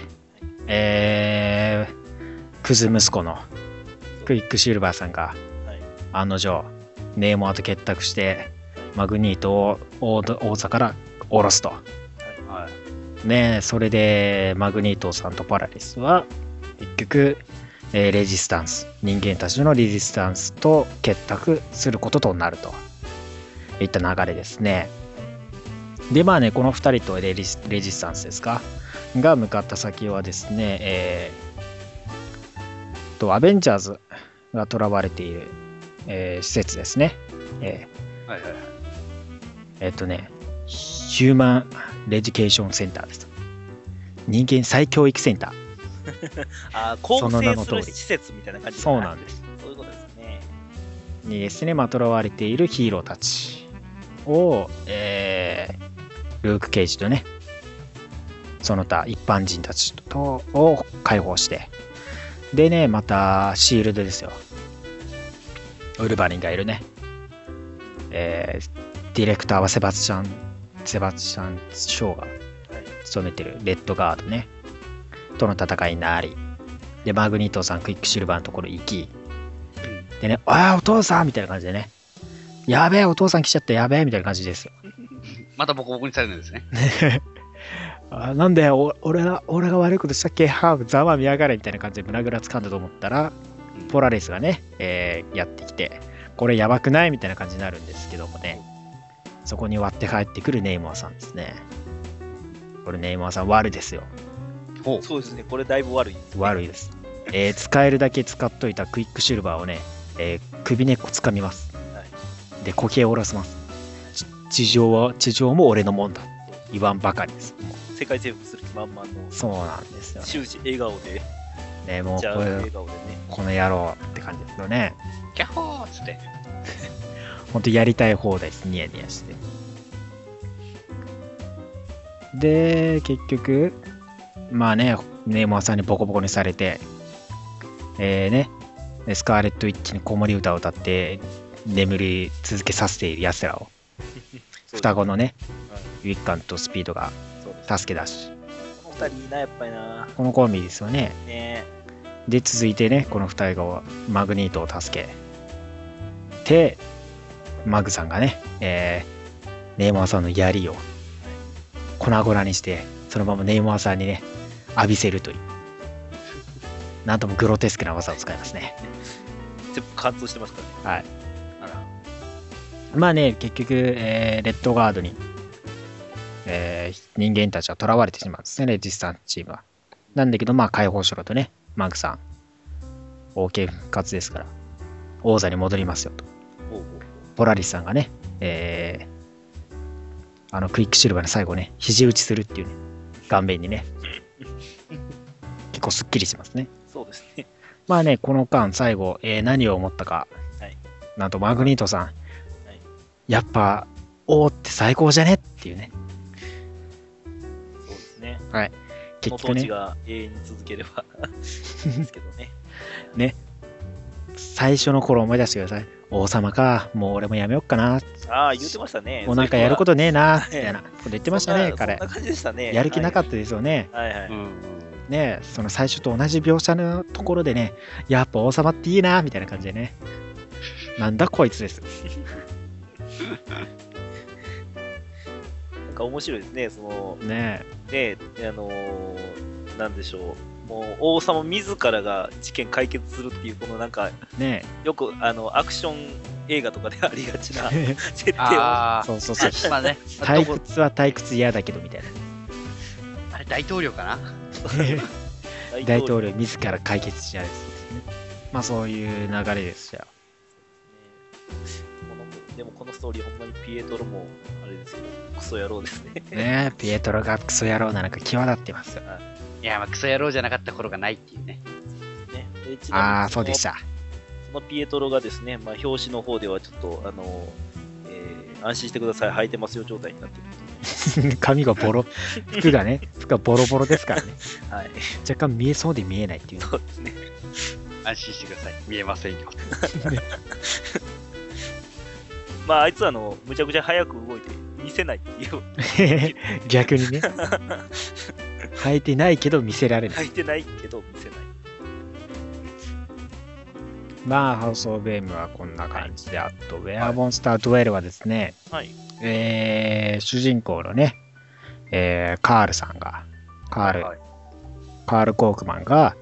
クズ息子のクイックシルバーさんが、案の定ネーモアと結託してマグニートを王座から下ろすと、ね、それでマグニートさんとポラリスは結局、レジスタンス、人間たちのレジスタンスと結託することとなるといった流れですね。でまあね、この2人とレジスタンスですかが向かった先はですね、アベンジャーズが囚われている、施設ですね。ヒューマンレディケーションセンターです。人間再教育センター。 構成する施設みたいな感じ。 そうなんです。 そういうことですね。 にですね、囚われているヒーローたちを、ルーク・ケイジとね、その他一般人たちを解放して、でね、またシールドですよ。ウルヴァリンがいるね。ディレクターはセバスチャン・ショーが務めてるレッドガードね。との戦いになり、で、マグニートさん、クイックシルバーのところ行き、でね、お父さんみたいな感じでね、やべえ、お父さん来ちゃった、やべえみたいな感じですよ。 またボコボコにされるんですね。 なんで俺が悪いことしたっけ、ハーブざま見やがれみたいな感じで胸ぐらつかんだと思ったら、ポラレスがね、やってきて、 これやばくないみたいな感じになるんですけどもね、そこに割って帰ってくるネイモアさんですね。これネイモアさん悪ですよ。 そうですね、これだいぶ悪いです、ね。 悪いです。使えるだけ使っといたクイックシルバーをね、首根っこ掴みます。はい、で、苔を下ろします。地上も俺のもんだって言わんばかりです。もう世界征服する気満々の。 そうなんですよ、ね。 終始笑顔で。 ね、もうこの野郎って感じですよね。 キャッホーっつって。 ほんとやりたい放題です。ニヤニヤして。で、結局、まあね、ネイモアさんにボコボコにされて、スカーレット・ウィッチに子守歌を歌って眠り続けさせている奴らを双子のね、ウィッカンとスピードが助け出し、 この2人いいな、やっぱりな。 このコンビですよね。で、続いてね、この2人がマグニートを助けて、マグさんがね、ネイモアさんの槍を粉々にして、そのままネイモアさんにね、浴びせるという、なんともグロテスクな技を使いますね。 全部貫通してますからね。 はい。まあね、結局、レッドガードに、人間たちは囚われてしまうんですね、レジスタンスチームは。なんだけど、まあ解放しろとね、マグさん、OK 復活ですから、王座に戻りますよと。ポラリスさんがね、クイックシルバーの最後ね、肘打ちするっていうね、顔面にね、結構すっきりしますね。 そうですね。 まあね、この間、最後、何を思ったか、はい、なんとマグニートさん、はい、やっぱ、王って最高じゃねっていうね。 そうですね。 はい。 結局ね、この統治が永遠に続ければですけどね。 ね。最初の頃思い出してください。王様か、もう俺もやめよっかな。 ああ、言ってましたね。 もうなんかやることねえな、みたいなこと言ってましたね、彼。 そんな感じでしたね。 やる気なかったですよね。 はいはい。 ね、その最初と同じ描写のところでね、やっぱ王様っていいな、みたいな感じでね。なんだこいつです。 なんか面白いですね、その、 ねえ。なんでしょう。もう王様自らが事件解決するっていう、このなんか、 ねよくアクション映画とかでありがちな設定を。 そうそうそう。 まあね、 退屈は退屈嫌だけどみたいな。 あれ、大統領かな大統領自ら解決し合うですね。まあそういう流れですよ。 でもこのストーリーほんまにピエトロもあれですけど、クソ野郎ですね。 ねえ、ピエトロがクソ野郎なのか際立ってますよ。 いや、まあクソ野郎じゃなかった頃がないっていうね。 ああ、そうでした。 そのピエトロがですね、まあ表紙の方ではちょっと安心してください、履いてますよ状態になってる。 髪がボロ、服がボロボロですからね。 はい。 若干見えそうで見えないっていう。 そうですね。 安心してください。見えませんよ。 まああいつはむちゃくちゃ早く動いて見せないっていう。 逆にね。履いてないけど見せられない。 履いてないけど見せない。 まあ、ハウス・オブ・エムはこんな感じで、あと、ウェア・モンスター・ドゥエルはですね、 はい、 主人公のね、カールさんが、カール・コークマンが、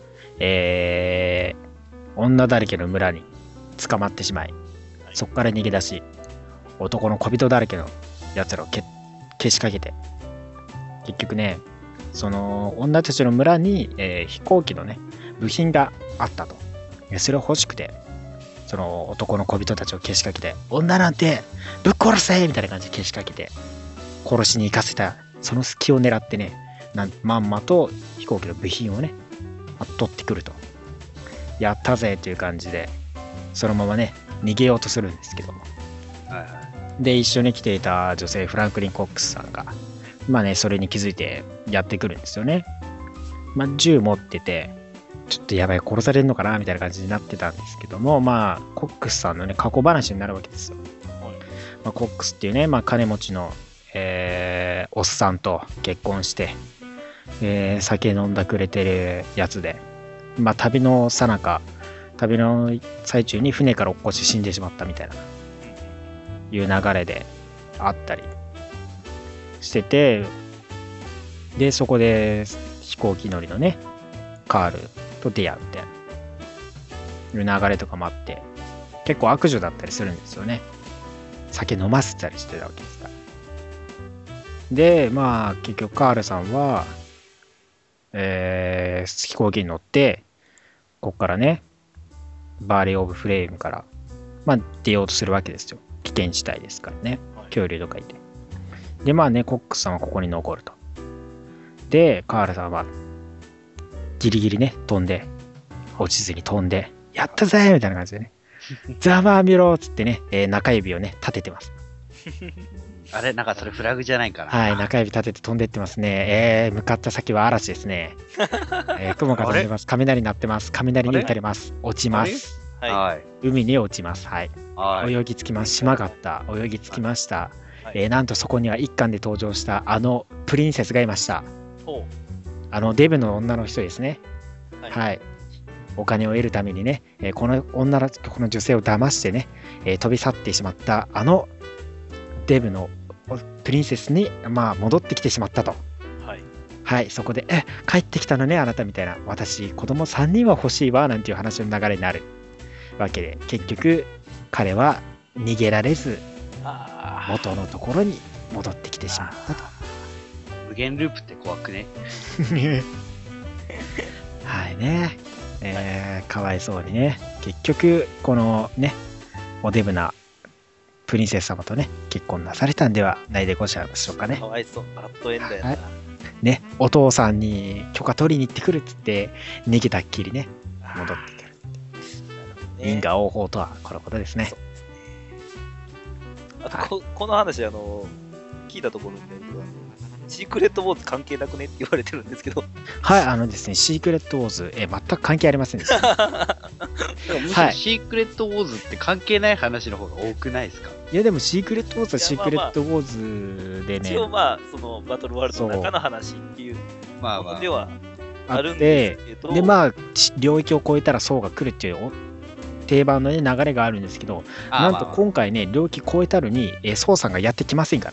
女だらけの村に捕まってしまい、そこから逃げ出し、男の小人だらけのやつらをけしかけて、結局ね、その女たちの村に、飛行機のね、部品があったと。それを欲しくて、その男の小人たちをけしかけて、女なんてぶっ殺せみたいな感じでけしかけて、殺しに行かせた、その隙を狙ってね、まんまと飛行機の部品をね、取ってくると。やったぜという感じで、そのままね、逃げようとするんですけども。で、一緒に来ていた女性、フランクリン・コックスさんが、まあね、それに気づいてやってくるんですよね。まあ、銃持ってて、ちょっとやばい、殺されるのかなみたいな感じになってたんですけども、まあ、コックスさんのね、過去話になるわけですよ。まあ、コックスっていうね、まあ、金持ちの、おっさんと結婚して、酒飲んだくれてるやつで、まあ、旅の最中に船から落っこち死んでしまったみたいな、いう流れであったりしてて、で、そこで飛行機乗りのね、カールと出会うみたいないう流れとかもあって、 結構悪女だったりするんですよね。酒飲ませたりしてたわけですから。で、まあ、結局カールさんは、飛行機に乗って、ここからね、バーリー・オブ・フレームから、まあ、出ようとするわけですよ。危険地帯ですからね。恐竜とかいて。で、まあね、コックスさんはここに残ると。で、カールさんは、ギリギリね、飛んで、落ちずに飛んで、やったぜみたいな感じでね、ざまあみろっつってね、中指をね、立ててます。 あれなんかそれフラグじゃないかな。 はい、中指立てて飛んでってますね。向かった先は嵐ですね。雲が飛んでます。雷鳴ってます。雷に打たれます。落ちます。 はい。 海に落ちます。はい。 はい。 泳ぎ着きます。島があった。泳ぎ着きました。なんとそこには一巻で登場したあのプリンセスがいました。デブの女の人ですね。はい。お金を得るためにね、この女性を騙してね、飛び去ってしまったあのデブのプリンセスに、まあ、戻ってきてしまったと。 はい。 はい、そこで、帰ってきたのね、あなたみたいな。私、子供3人は欲しいわ、なんていう話の流れになるわけで、結局、彼は逃げられず、元のところに戻ってきてしまったと。 無限ループって怖くね。 はいね。かわいそうにね。結局、このね、おデブなプリンセス様とね、結婚なされたんではないでございましょうかね。 かわいそう。バッドエンドやな。 はい、ね、お父さんに許可取りに行ってくるっつって、逃げたっきりね、戻ってくる。因果応報とはこのことですね。 あとこの話、聞いたところによると、シークレットウォーズ関係なくねって言われてるんですけど。 はい、ですね、シークレットウォーズ、全く関係ありませんでした。 むしろシークレットウォーズって関係ない話の方が多くないですか？ いやでもシークレットウォーズはシークレットウォーズでね。 一応まあ、そのバトルワールドの中の話っていうものではあるんですけど。 で、まあ、領域を超えたら層が来るっていう定番の、ね、流れがあるんですけど、なんと今回ね、領域超えたるに、宋さんがやってきませんから。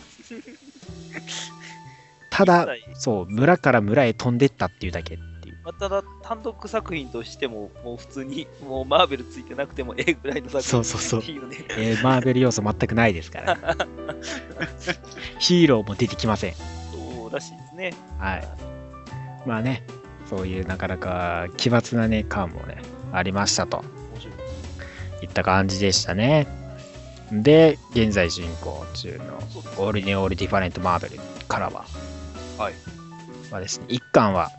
ただ、そう、村から村へ飛んでったっていうだけっていう。 ただ、単独作品としても、もう普通に、もうマーベルついてなくてもぐらいの作品っていうね。 マーベル要素全くないですから。ヒーローも出てきません。 そうらしいですね。 はい。まあね、そういうなかなか奇抜なね、感もね、ありましたと。いった感じでしたね。で、現在進行中のオールニオールディファレントマーベルからは、はですね、一巻は、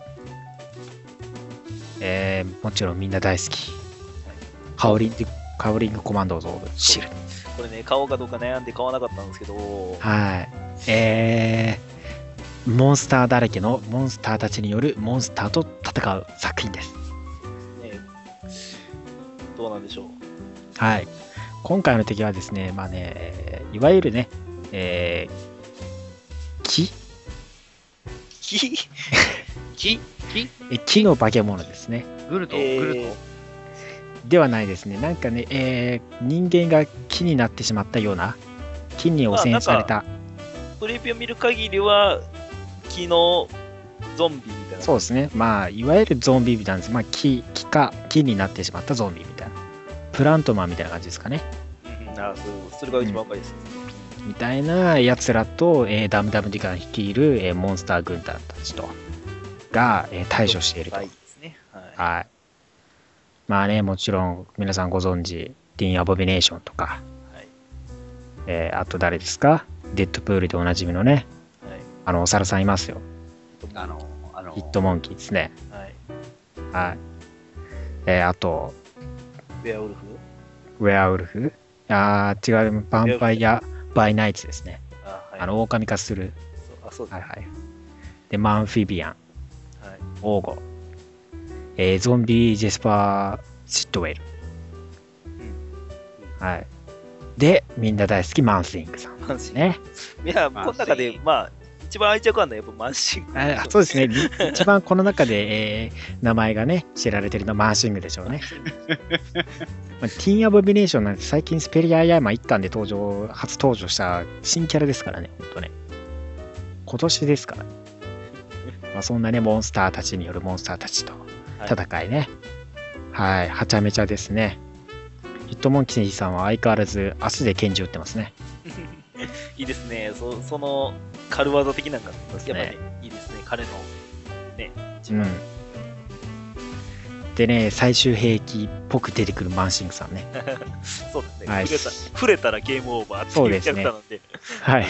もちろんみんな大好き、カオリングコマンドーズオブシル。 これね、買おうかどうか悩んで買わなかったんですけど、 はい。モンスターだらけのモンスターたちによるモンスターと戦う作品です。 ね、どうなんでしょう。 はい。今回の敵はですね、まあね、いわゆるね、木の化け物ですね。 グルトではないですね。なんかね、人間が木になってしまったような、木に汚染された。 プレビューを見る限りは、木のゾンビみたいな。 そうですね。まあ、いわゆるゾンビみたいなんです。まあ、木になってしまったゾンビみたいな。プラントマンみたいな感じですかね。 それが一番若いです。 みたいなやつらと、ダムダムディカン率いる、モンスター軍団たちとが、対処していると。はい。まあね、もちろん皆さんご存知、ティーン・アボミネーションとか、あと誰ですか？デッドプールでおなじみのね、お猿さんいますよ。ヒットモンキーですね。はい。あと、 ウェアウルフ？ 違う、ヴァンパイア・バイ・ナイツですね。狼化する。はいはい。で、マンフィビアン、オーゴ、ゾンビ・ジェスパー・シットウェル。はい。で、みんな大好き、マンスイングさんですね。 いや、この中で、まあ、一番愛着あるのはやっぱマンシング。 そうですね。一番この中で、名前がね、知られてるのはマンシングでしょうね。ティーン・アボミネーションなんて最近スペリア・ヤーマン1巻で初登場した新キャラですからね、ほんとね。今年ですからね。まあそんなね、モンスターたちによるモンスターたちと戦いね。はい、はちゃめちゃですね。 ヒットモンキーさんは相変わらず足で拳銃撃ってますね。 いいですね。その軽技的なんか、 ね、 やっぱり、いいですね。彼の、ね、 うん。でね、最終兵器っぽく出てくるマンシングさんね。 そうですね、 はい、 触れたらゲームオーバーっていうキャラクターなんで。 はい。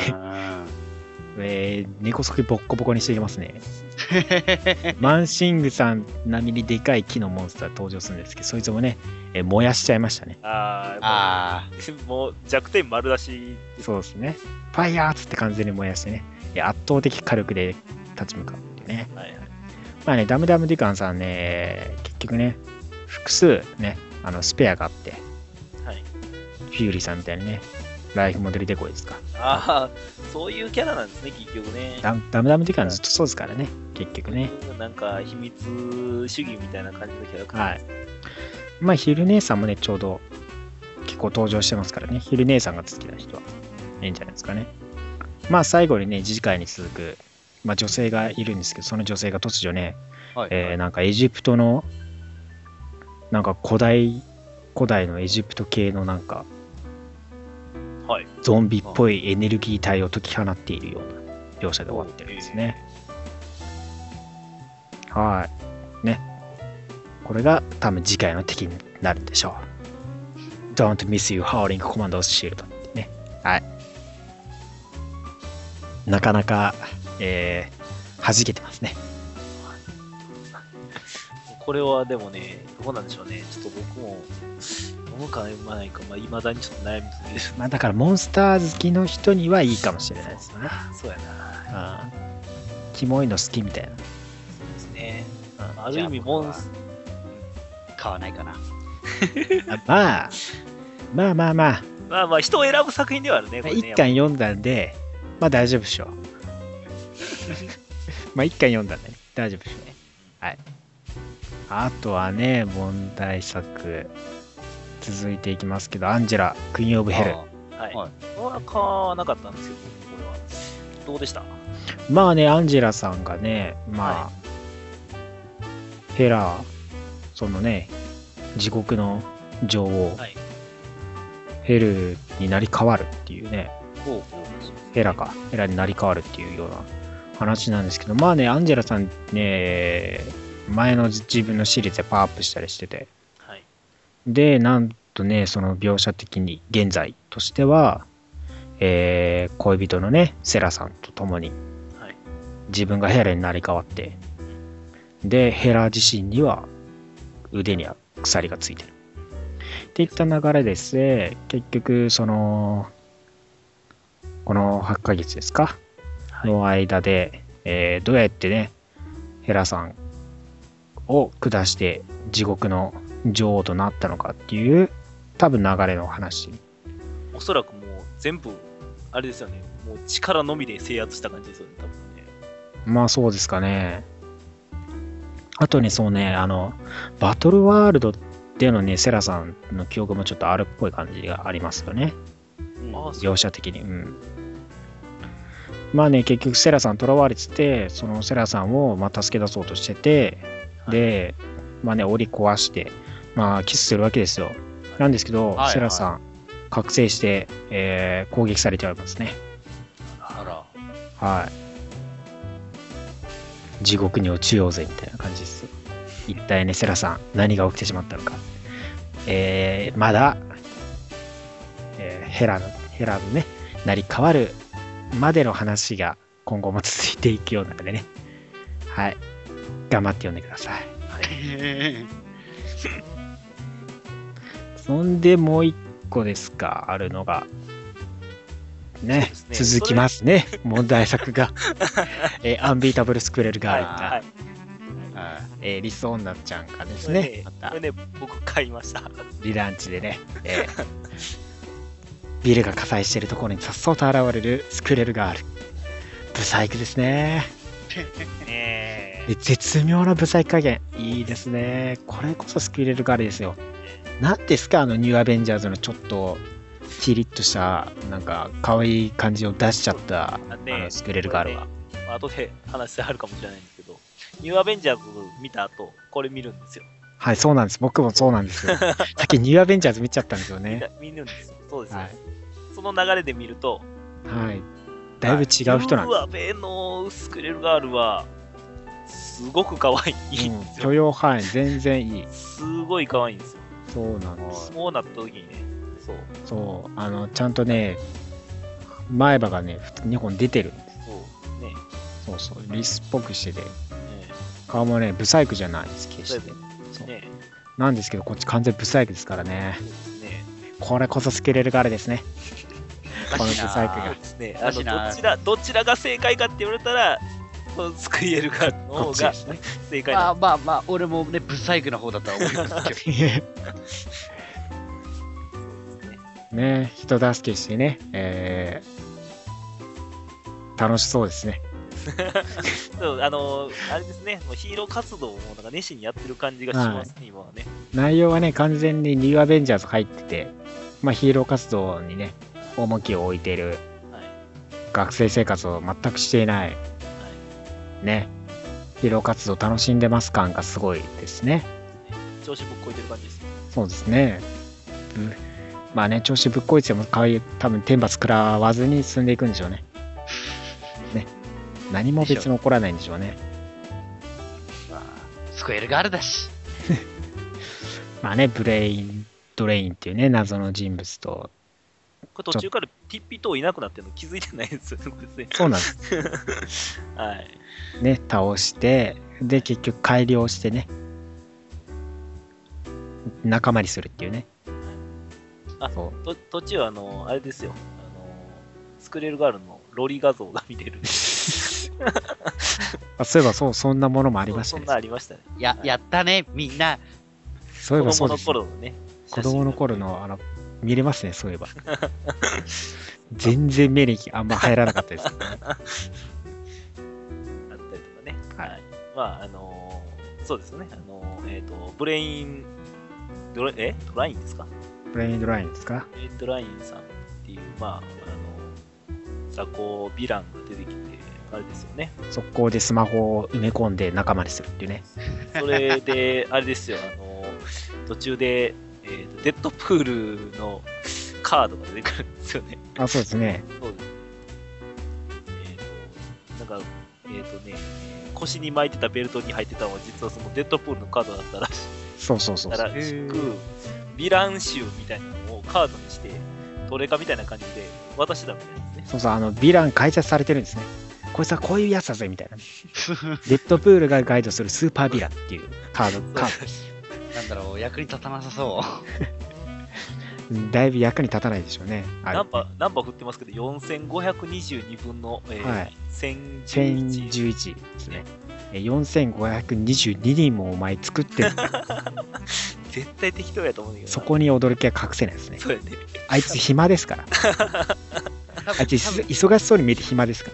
根こそぎボッコボコにしていきますね。マンシングさん並みにでかい木のモンスター登場するんですけど、そいつもね、燃やしちゃいましたね。 もう弱点丸出し。 そうですね。ファイヤーっつって完全に燃やしてね、圧倒的火力で立ち向かうっていうね。はいはい、まあね、ダムダムディカンさんね、結局ね、複数ね、スペアがあって、はい、フューリーさんみたいにね、ライフモデルデコですか。 そういうキャラなんですね、結局ね。 ダムダムディカンずっとそうですからね、結局ね。 なんか秘密主義みたいな感じのキャラクター。はい。 まあ、ヒル姉さんもね、ちょうど結構登場してますからね、ヒル姉さんが好きな人はいいんじゃないですかね。まあ、最後にね、次回に続く、まあ、女性がいるんですけど、その女性が突如ね、なんかエジプトの、なんか古代のエジプト系のなんか、 はい、 ゾンビっぽいエネルギー体を解き放っているような描写で終わってるんですね。はい。ね。これが多分次回の敵になるんでしょう。Don't miss you howling commandos shield ってね。はい。なかなか、弾けてますね。 これはでもね、どうなんでしょうね。ちょっと僕も、読むか読まないか、まあ、未だにちょっと悩みです。 まあだからモンスター好きの人にはいいかもしれないですね。 そうやな。 キモいの好きみたいな。そうですね。ある意味モンス買わないかな。 まあ人を選ぶ作品ではあるね。 一巻読んだんで、まあ大丈夫でしょう。まあ一巻読んだんでね、大丈夫でしょうね。はい。あとはね、問題作続いていきますけど、アンジェラ、クイーン・オブ・ヘル。 はい。これは買わなかったんですけど、これは。どうでした？ まあね、アンジェラさんがね、まあ、ヘラ、そのね、地獄の女王、ヘルになり変わるっていうね、ヘラになり変わるっていうような話なんですけど、まあね、アンジェラさんね、前の自分のシリーズでパワーアップしたりしてて、はい、で、なんとね、その描写的に現在としては、恋人のね、セラさんと共に、はい、自分がヘラになり変わって、で、ヘラ自身には腕には鎖がついてる。っていった流れですね、結局、この8ヶ月ですか、はい、の間で、どうやってね、ヘラさんを下して地獄の女王となったのかっていう多分流れの話。 おそらくもう全部あれですよね。もう力のみで制圧した感じですよね。多分ね。 まあそうですかね。あとね、そうね、バトルワールドでのね、セラさんの記憶もちょっとあるっぽい感じがありますよね。描写的に。まあね、結局セラさん囚われてて、そのセラさんをまあ助け出そうとしてて、で、まあね、檻壊して、まあキスするわけですよ。なんですけど、セラさん、覚醒して、攻撃されちゃいますね。はい。地獄に落ちようぜみたいな感じです。一体ね、セラさん、何が起きてしまったのか。まだ、ヘラのね、なり変わるまでの話が今後も続いていくようなのでね。はい。頑張って読んでください。はい、そんでもう一個ですか、あるのが。ね、続きますね、問題作が。アンビータブルスクレルガールが。リス女ちゃんがですね、 これね、僕買いました。 リランチでね、ビルが火災しているところにさっそうと現れるスクレルガール。ブサイクですね。絶妙なブサイク加減。いいですね。これこそスクレルガールですよ。何ですか、ニューアベンジャーズのちょっとキリッとしたなんか可愛い感じを出しちゃったスクレルガールは。 後で話してあるかもしれないんですけど、ニューアベンジャーズ見た後、これ見るんですよ。 はい、そうなんです。僕もそうなんですよ。さっきニューアベンジャーズ見ちゃったんですよね。 見るんですよ。そうですよ、 はい。 その流れで見ると、 はい。だいぶ違う人なんです。 ニューアベのスクレルガールは、すごく可愛いんですよ。 許容範囲全然いい。 すごい可愛いんですよ。 そうなんです。 そうなった時にね、 そう、ちゃんとね、前歯がね、2本出てるんです。 そうね。 そうそう、リスっぽくしてて、顔もね、ブサイクじゃないです、決して。そうね。 なんですけど、こっち完全ブサイクですからね。 そうですね。 これこそスケレルガールですね。このブサイクが。 ですね。どちらが正解かって言われたら、このスクリエルガールの方が正解なんです。 まあ、俺もね、ブサイクな方だとは思いますけど。 ね、人助けしてね、楽しそうですね。 そう、あれですね、ヒーロー活動をなんか熱心にやってる感じがしますね、今はね。 内容はね、完全にニューアベンジャーズ入ってて、まあヒーロー活動にね、重きを置いている、学生生活を全くしていない、ね、ヒーロー活動楽しんでます感がすごいですね。 調子ぶっこいてる感じですね。 そうですね。まあね、調子ぶっこいても多分天罰食らわずに進んでいくんでしょうね。ね。何も別に起こらないんでしょうね。 まあ、スクエルガールだし。 まあね、ブレインドレインっていうね、謎の人物と。 これ途中からティッピトいなくなってるの気づいてないんですよね。 そうなんです。 はい。 ね、倒して、で、結局改良してね、仲間にするっていうね。 途中あれですよ。スクレルガールのロリ画像が見れる。 そういえばそんなものもありましたね。 そんなありましたね。 やったね、みんな。 そういえばそうです、 子供の頃のね。 子供の頃の、見れますね、そういえば。全然目にあんま入らなかったですけどね。 あったりとかね。はい。まあ、そうですね。ブレイン、ドラインですか？ ブレインドラインですか？ ブレインドラインさんっていう、まあ、雑魚ヴィランが出てきて、あれですよね。 速攻でスマホを埋め込んで仲間にするっていうね。 それで、あれですよ、途中で、デッドプールのカードが出てくるんですよね。 あ、そうですね。 そうです。なんか、腰に巻いてたベルトに入ってたのは、実はそのデッドプールのカードだったらしい。 そう。 らしく、ヴィラン集みたいなのをカードにして、トレカみたいな感じで渡してたみたいですね。 そう、ヴィラン解説されてるんですね。こいつはこういうやつだぜみたいな。デッドプールがガイドするスーパーヴィランっていうカードです。 なんだろう、役に立たなさそう。 だいぶ役に立たないでしょうね。 ナンパ振ってますけど、4522分の、 1011ですね。4522人もお前作ってる。 絶対適当やと思うんだけど。 そこに驚きは隠せないですね。 そうやね。 あいつ暇ですから。あいつ忙しそうに見えて暇ですから。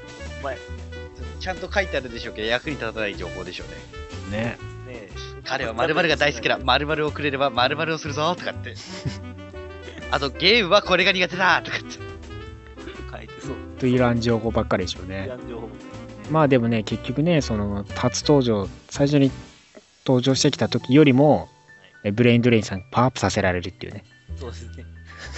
ちゃんと書いてあるでしょうけど、役に立たない情報でしょうね。 ね。 彼は〇〇が大好きだ。〇〇をくれれば〇〇をするぞとかって。あとゲームはこれが苦手だとかって。 書いてそう。 といらん情報ばっかりでしょうね。まあでもね、結局ね、その初登場、最初に登場してきた時よりも、ブレインドレインさんパワーアップさせられるっていうね。 そうですね。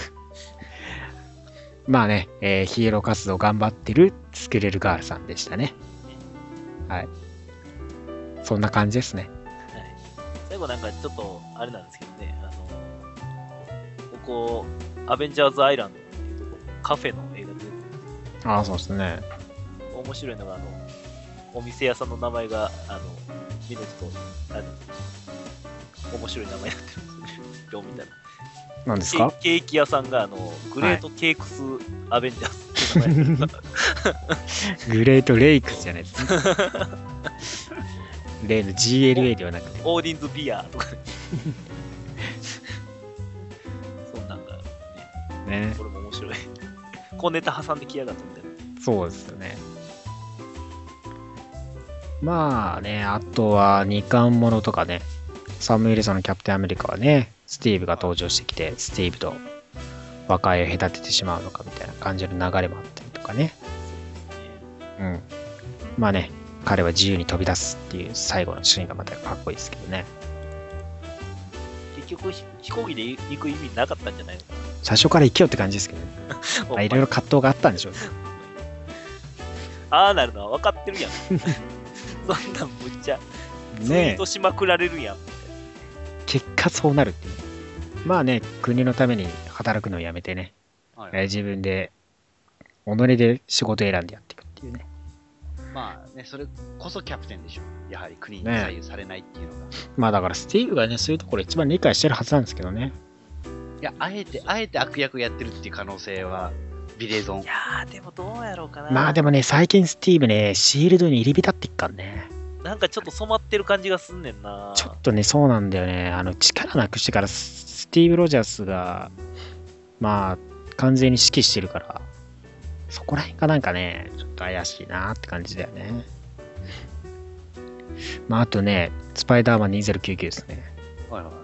まあね、ヒーロー活動頑張ってるスクレルガールさんでしたね。はい。そんな感じですね。 はい。最後なんかちょっと、あれなんですけどね、ここ、アベンジャーズアイランドっていうところ、カフェの映画で出てるんです。 ああ、そうですね。 面白いのが、お店屋さんの名前が、見ると、面白い名前になってるんですよね。今日見たら。 何ですか？ ケーキ屋さんが、グレートケークスアベンジャーズっていう名前グレートレイクスじゃないですね。例の GLA ではなくて。 オーディンズビアとかね。そんなんがね。これも面白い。小ネタ挟んできやがったみたいな。 そうですよね。まあね、あとは2巻ものとかね、サム・ウィルソンのキャプテンアメリカはね、スティーブが登場してきて、スティーブと和解を隔ててしまうのかみたいな感じの流れもあったりとかね。うん。まあね、彼は自由に飛び出すっていう最後のシーンがまたかっこいいですけどね。 局飛行機で行く意味なかったんじゃないのか最初から行けよって感じですけどね。まあいろいろ葛藤があったんでしょうね。 ああなるのは分かってるやん。そんなんむっちゃツイートしまくられるやん。 結果そうなるっていう。まあね、国のために働くのをやめてね、自分で己で仕事選んでやっていくっていうね。 まあね、それこそキャプテンでしょ。やはり国に左右されないっていうのが。 まあだからスティーブがね、そういうところ一番理解してるはずなんですけどね。 いや、あえて悪役やってるっていう可能性はビレゾン。 いやー、でもどうやろうかな。 まあでもね、最近スティーブね、シールドに入り浸っていくからね。 なんかちょっと染まってる感じがすんねんな。 ちょっとね、そうなんだよね。力なくしてからスティーブ・ロジャースが、まあ、完全に指揮してるから、そこら辺がなんかね、ちょっと怪しいなって感じだよね。まあ、あとね、スパイダーマン2099ですね。 はいはい。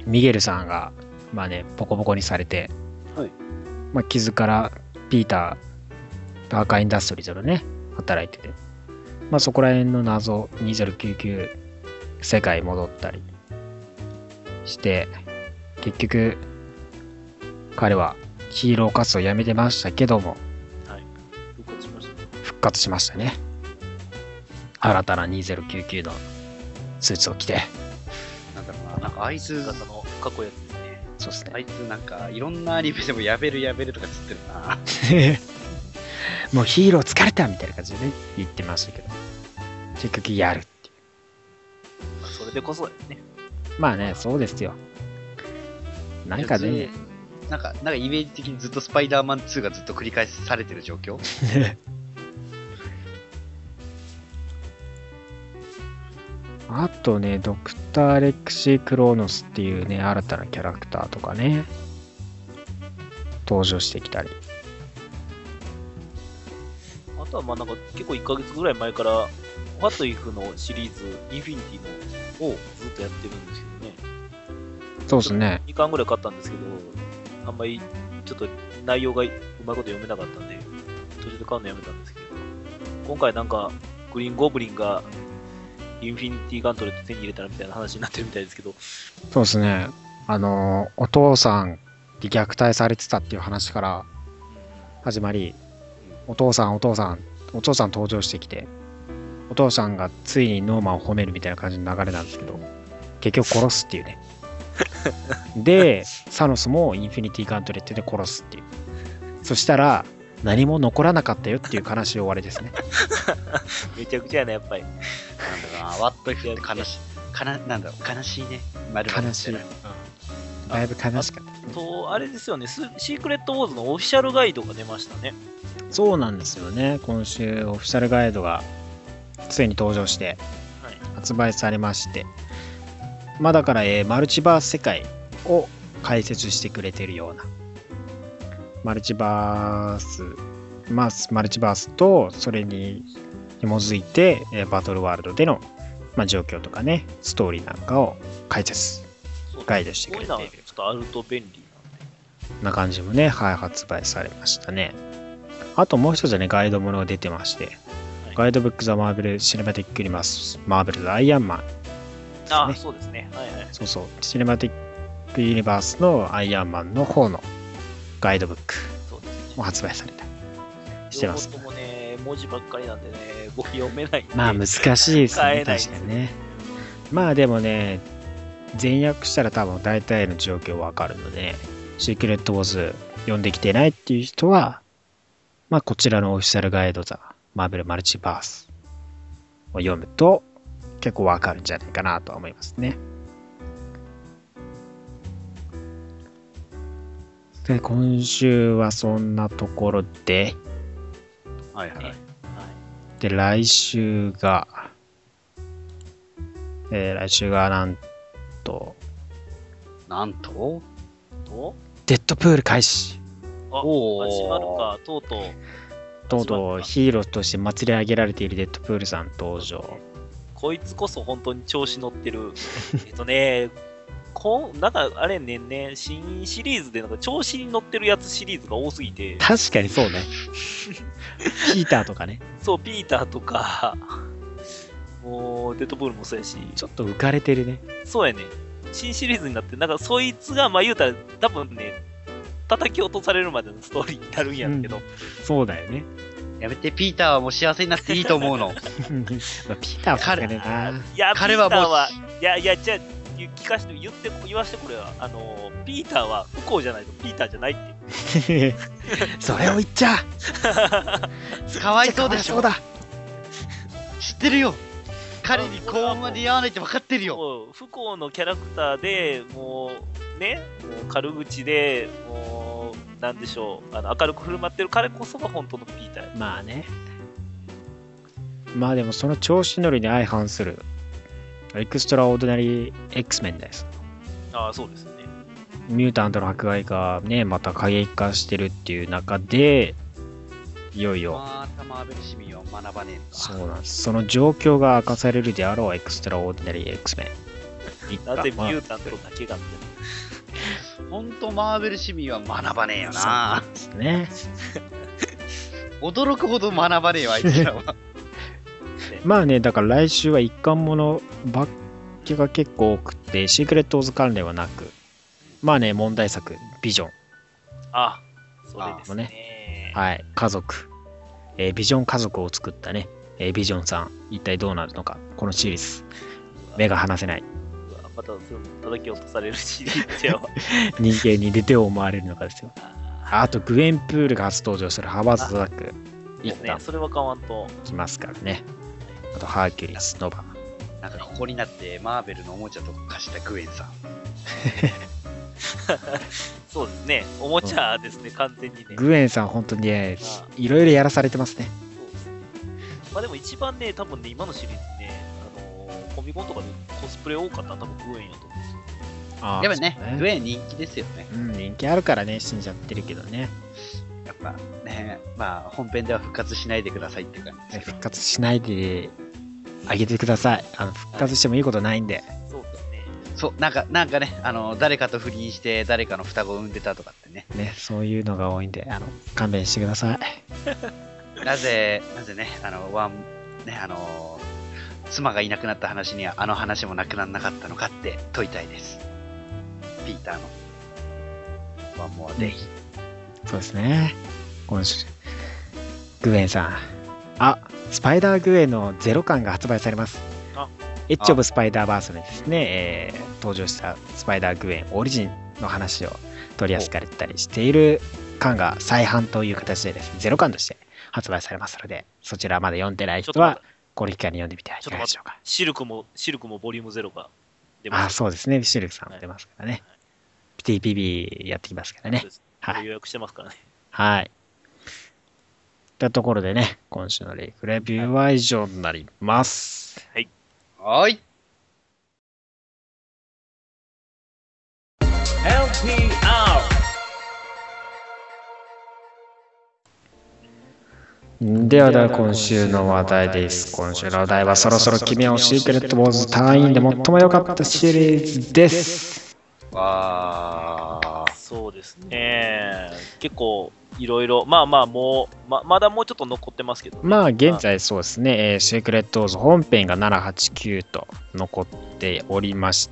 ミゲルさんが、まあね、ボコボコにされて、 はい。 まあ、傷からピーター、ダーカーインダストリーズのね、働いてて、まあそこら辺の謎、2099世界戻ったりして、結局、彼はヒーロー活動をやめてましたけども、 はい、 復活しましたね。新たな2099のスーツを着て。 なんだろうな、なんかあいつ、 方のかっこいいやつですね。 そうですね。 あいつなんかいろんなアニメでもやべるとかつってるな。 もうヒーロー疲れたみたいな感じでね、言ってましたけど、結局やるっていう。 まあ、それでこそだよね。 まあね、そうですよ。なんかね、 なんかイメージ的にずっとスパイダーマン2がずっと繰り返されてる状況。 あとね、ドクター・レクシー・クローノスっていうね、新たなキャラクターとかね、登場してきたり。 あとはまあなんか結構1ヶ月ぐらい前から、What If のシリーズ、インフィニティのをずっとやってるんですけどね。 そうですね。 2巻ぐらい買ったんですけど、あんまりちょっと内容がうまいこと読めなかったんで、途中で買うのやめたんですけど、今回なんか、グリーンゴブリンがインフィニティガントレット手に入れたらみたいな話になってるみたいですけど。 そうですね。お父さんに虐待されてたっていう話から始まり、お父さん登場してきて、お父さんがついにノーマンを褒めるみたいな感じの流れなんですけど、結局殺すっていうね。で、サノスもインフィニティガントレットで殺すっていう。そしたら、何も残らなかったよっていう悲しい終わりですね。 めちゃくちゃやな、やっぱり。 なんだろうな、What If って悲しい。なんだろう、悲しいね。 悲しい。だいぶ悲しかった。 と、あれですよね、シークレットウォーズのオフィシャルガイドが出ましたね。 そうなんですよね。今週オフィシャルガイドがついに登場して発売されまして、まあだから、マルチバース世界を解説してくれてるようなマルチバースとそれに紐づいてバトルワールドでの、状況とかね、ストーリーなんかを解説ガイドしてくれている。 こういうのはちょっとあると便利な感じもね、発売されましたね。あともう一つね、ガイドものが出てまして、ガイドブック・ザ・マーベル・シネマティック・ユニバース、マーベル・ザ・アイアンマン、ね。 あ、そうですね。はいはい。 そうそう。シネマティック・ユニバースのアイアンマンの方のガイドブックも発売されたりしてます。 両方ともね、文字ばっかりなんでね、僕読めないんで。 まあ難しいですね、 確かにね。まあでもね、全訳したら多分大体の状況わかるので、シークレットウォーズ読んできてないっていう人は、まあこちらのオフィシャルガイドザ・マーベル・マルチバースを読むと結構わかるんじゃないかなと思いますね。で、今週はそんなところで、 はいはい。 で、来週がなんと、デッドプール開始。 始まるか、とうとうヒーローとして祭り上げられているデッドプールさん登場。 こいつこそ本当に調子乗ってる。なんかあれね、新シリーズでなんか調子に乗ってるやつシリーズが多すぎて。 確かにそうね。ピーターとかね。 そう、ピーターとか、もうデッドプールもそうやし。 ちょっと浮かれてるね。 そうやね。 新シリーズになって、なんかそいつが、まあ言うたら、多分ね、叩き落とされるまでのストーリーになるんやけど。 そうだよね。 やめて、ピーターはもう幸せになっていいと思うの。 まあ、ピーターはさすがにな。 いや、 彼はもうピーターは、いや、じゃあ、言わしてくれよ。ピーターは不幸じゃないと、ピーターじゃないって。 それを言っちゃかわいそうでしょ。 そうだ。 知ってるよ。彼に幸運までやわないって分かってるよ。 もう不幸のキャラクターでもうね、もう軽口でもうなんでしょう、明るく振る舞ってる彼こそが本当のピーターや。 まあね。まあでもその調子乗りに相反するエクストラオーディナリー X メンです。 ああ、そうですね。 ミュータントの迫害がね、また過激化してるっていう中で、いよいよ、 またマーベル市民は学ばねえんだ。 そうなんです。その状況が明かされるであろうエクストラオーディナリー X メン。 なぜミュータントだけがみほんとマーベル市民は学ばねえよな。 そうですね。 驚くほど学ばねえよ、あいつらは。 まあね、だから来週は一貫ものばっけが結構多くて、シークレットオーズ関連はなく、まあね、問題作、ビジョン。 あ、それですね。 はい、家族。ビジョン家族を作ったね、ビジョンさん、一体どうなるのか、このシリーズ。目が離せない。 またその叩き落とされるシリーズやわ。 人間に出て思われるのかですよ。あと、グエンプールが初登場するハバードダック。一旦それは買わんと。 来ますからね。あと、ハーキュリアス、ノバ。 なんかここになってマーベルのおもちゃとか貸したグエンさん。 そうですね。おもちゃですね、完全にね。 グエンさん、本当にね、いろいろやらされてますね。 そうですね。まあでも一番ね、多分ね、今のシリーズね、コミコンとかでコスプレ多かったのは多分グエンやと思うんですよね。 あやっぱね、グエン人気ですよね。 うん、人気あるからね、死んじゃってるけどね。 やっぱね、まあ本編では復活しないでくださいって感じですけど。 復活しないであげてください。復活してもいいことないんで。 そうですね。 そう、なんかね、誰かと不倫して誰かの双子を産んでたとかってね。 ね、そういうのが多いんで、勘弁してください。 なぜね、妻がいなくなった話にはあの話もなくならなかったのかって問いたいです。ピーターのワンモアデイ。 そうですね。今週、グエンさん。スパイダーグエンのゼロ巻が発売されます。エッジオブスパイダーバースでですね、登場したスパイダーグエンオリジンの話を取り扱われたりしている巻が再販という形でですね、ゼロ巻として発売されますので、そちらまで読んでない人は、これ機会に読んでみてはいかがでしょうか。 シルクもボリューム0が出ます。 そうですね。シルクさんも出ますからね。TPB やってきますからね。 はい。予約してますからね。 はい。といったところでね、今週のレビューは以上になります。 はい。 はい。 では今週の話題です。今週の話題はそろそろ君をシークレットウォーズ隊員で最も良かったシリーズです。 そうですね。結構いろいろ、まだもうちょっと残ってますけど、ね。 現在そうですね、シークレットウォーズ本編が7、8、9と残っておりまして、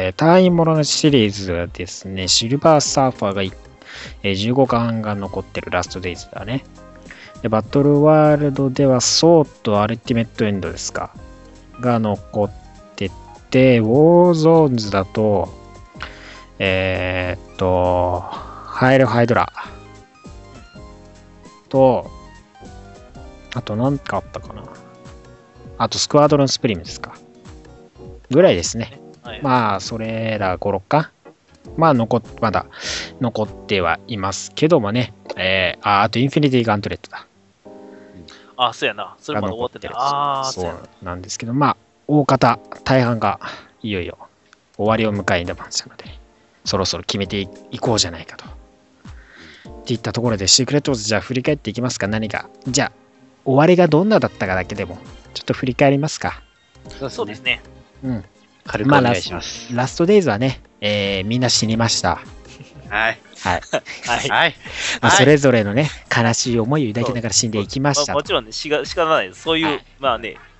隊員もののシリーズはですね、シルバーサーファーが15巻が残ってるラストデイズだね。でバトルワールドではソードアルティメットエンドですかが残ってて、ウォーゾーンズだとハイルハイドラと、あと何かあったかな。あとスクワドロンスプリムですかぐらいですね。はい、それら5、6巻まだ残ってはいますけどもね。あとインフィニティガントレットだ。 そうやな。それまだ終わってた。 そうなんですけど、大方、大半がいよいよ終わりを迎えに出ましたので、そろそろ決めていこうじゃないかと。っていったところで、シークレットウォーズじゃあ振り返っていきますか。何が。じゃあ、終わりがどんなだったかだけでも、ちょっと振り返りますか。 そうですね。 うん。 軽くお願いします。 ラストデイズはね、みんな死にました。 はい。 それぞれのね、悲しい思いを抱きながら死んでいきました。 もちろんね、仕方ないです。そういう、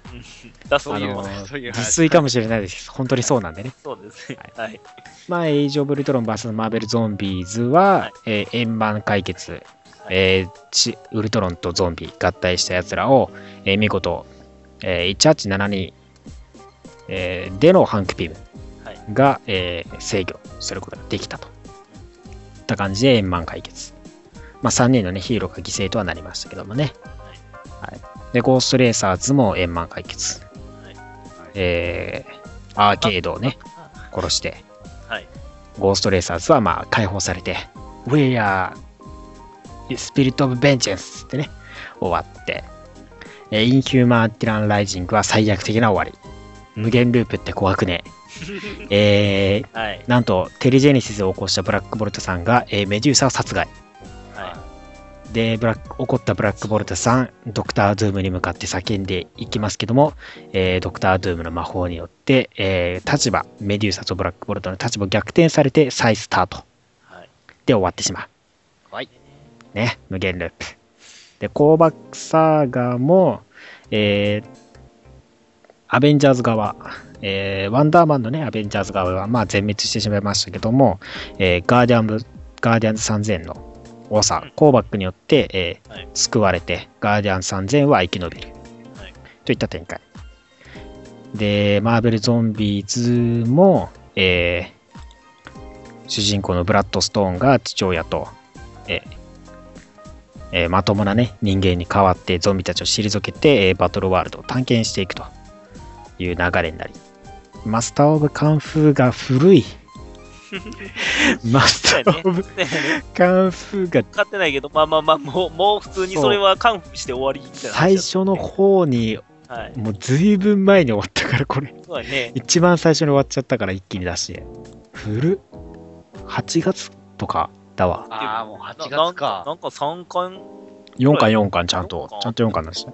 だそういう自炊かもしれないです。本当にそうなんでね。 そうですね。はい。 まあ、エイジ・オブ・ウルトロン VS マーベル・ゾンビーズは、円満解決、ウルトロンとゾンビ合体したやつらを、見事、1872、でのハンク・ピムが、制御することができたといった感じで円満解決。まあ、3人の、ね、ヒーローが犠牲とはなりましたけどもね。はい、でゴーストレーサーズも円満解決。はい、アーケードをね殺して、 はい、 ゴーストレーサーズはまあ解放されて We are Spirit of Vengeance ってね終わって、インヒューマンティランライジングは最悪的な終わり。無限ループって怖くね。はい、なんとテリジェネシスを起こしたブラックボルトさんが、メデューサを殺害。で起こったブラックボルトさん、ドクター・ドゥームに向かって叫んでいきますけども、ドクター・ドゥームの魔法によって、立場、メデューサとブラックボルトの立場を逆転されて再スタート、はい、で終わってしまう。はい。ね、無限ループ。で、コーバックサーガーも、アベンジャーズ側、ワンダーマンのね、アベンジャーズ側はまあ全滅してしまいましたけども、ガーディアンズ3000のコーバックによって、はい、救われてガーディアン3000は生き延びる、はい、といった展開で、マーベルゾンビーズも、主人公のブラッドストーンが父親と、まともな、ね、人間に代わってゾンビたちを退けて、バトルワールドを探検していくという流れになり、マスター・オブ・カンフーが古いマスター・オブ・カンフーが買ってないけど、まあもう普通にそれはカンフーして終わりみたいな、 最初の方に、はい、もうずいぶん前に終わったからこれ、 そうだね、 一番最初に終わっちゃったから一気に出して8月とかだわ。 ああ、もう8月か。 なんか3巻 4巻ちゃんと4巻出した。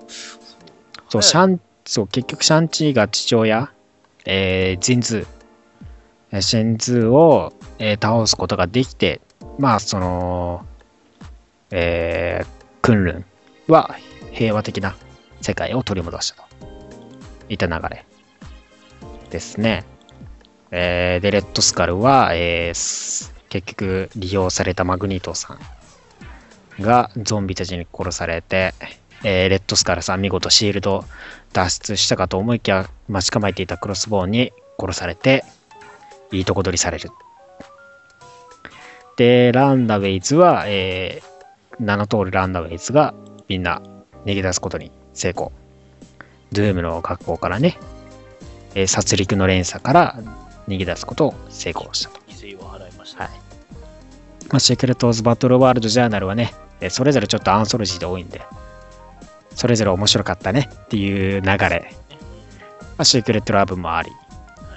そう結局シャンチーが父親、シェンズーを、倒すことができて、まあその、クンルンは平和的な世界を取り戻したといった流れですね。でレッドスカルは、結局利用されたマグニートさんがゾンビたちに殺されて、レッドスカルさん見事シールド脱出したかと思いきや待ち構えていたクロスボーンに殺されていいとこ取りされる。でランダウェイズは、名の通りランダウェイズがみんな逃げ出すことに成功。ドゥームの学校からね、殺戮の連鎖から逃げ出すことを成功したと。 犠牲を払いました。 はい。まあ、シークレット・オズ・バトル・ワールド・ジャーナルはね、それぞれちょっとアンソロジーで多いんで、それぞれ面白かったねっていう流れ。まあ、シークレット・ラブもあり。はい、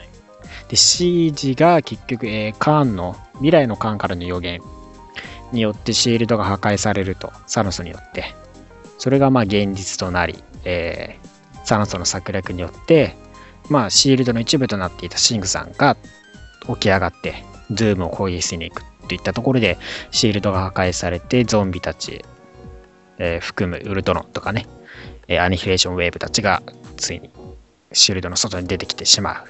で、シージが結局、カーンの、未来のカーンからの予言によってシールドが破壊されると、サノスによって。それがまあ現実となり、サノスの策略によって、まあ、シールドの一部となっていたシングさんが起き上がって、ドゥームを攻撃しに行くといったところで、シールドが破壊されて、ゾンビたち、含むウルトロンとかね、アニヒレーションウェーブたちがついにシールドの外に出てきてしまう。はい、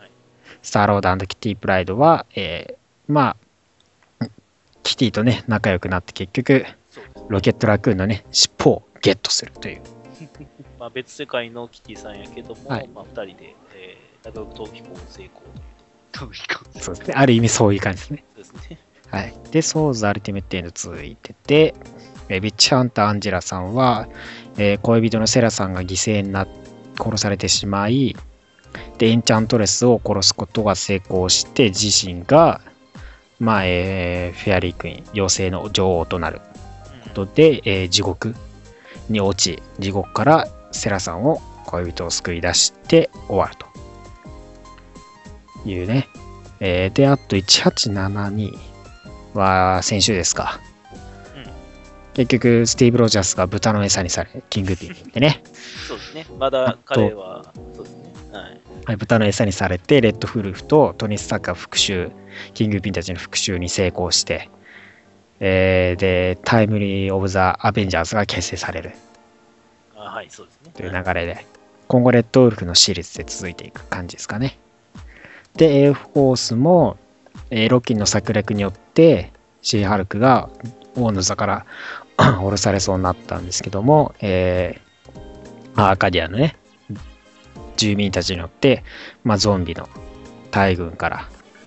スターロード&キティプライドは、まあ、キティとね、仲良くなって結局、ロケットラクーンのね、尻尾をゲットするという。 まあ別世界のキティさんやけども、はい、まあ、2人で、仲良く逃避行成功というと。 そうですね。ある意味そういう感じですね。 そうですね。 はい。で、ソーズ・アルティメット・エンド続いてて、ビッチハンター・アンジェラさんは、恋人のセラさんが犠牲に殺されてしまい、で、エンチャントレスを殺すことが成功して、自身が、まあ、フェアリークイーン、妖精の女王となることで、地獄に落ち、地獄からセラさんを恋人を救い出して終わるというね。で、あと1872は先週ですか。結局、スティーブ・ロジャースが豚の餌にされ、キングピンでね。 そうですね。まだ彼は、そうですね。 はい。豚の餌にされて、レッドフルフとトニー・スタックが復讐、キングピンたちの復讐に成功して、で、タイムリー・オブ・ザ・アベンジャーズが結成される。 はい、そうですね。 という流れで。 今後レッドウルフのシリーズで続いていく感じですかね。で、A フォースも、ロキの策略によってシーハルクが王の座から降ろされそうになったんですけども、アーカディアのね、住民たちによって、ゾンビの大軍と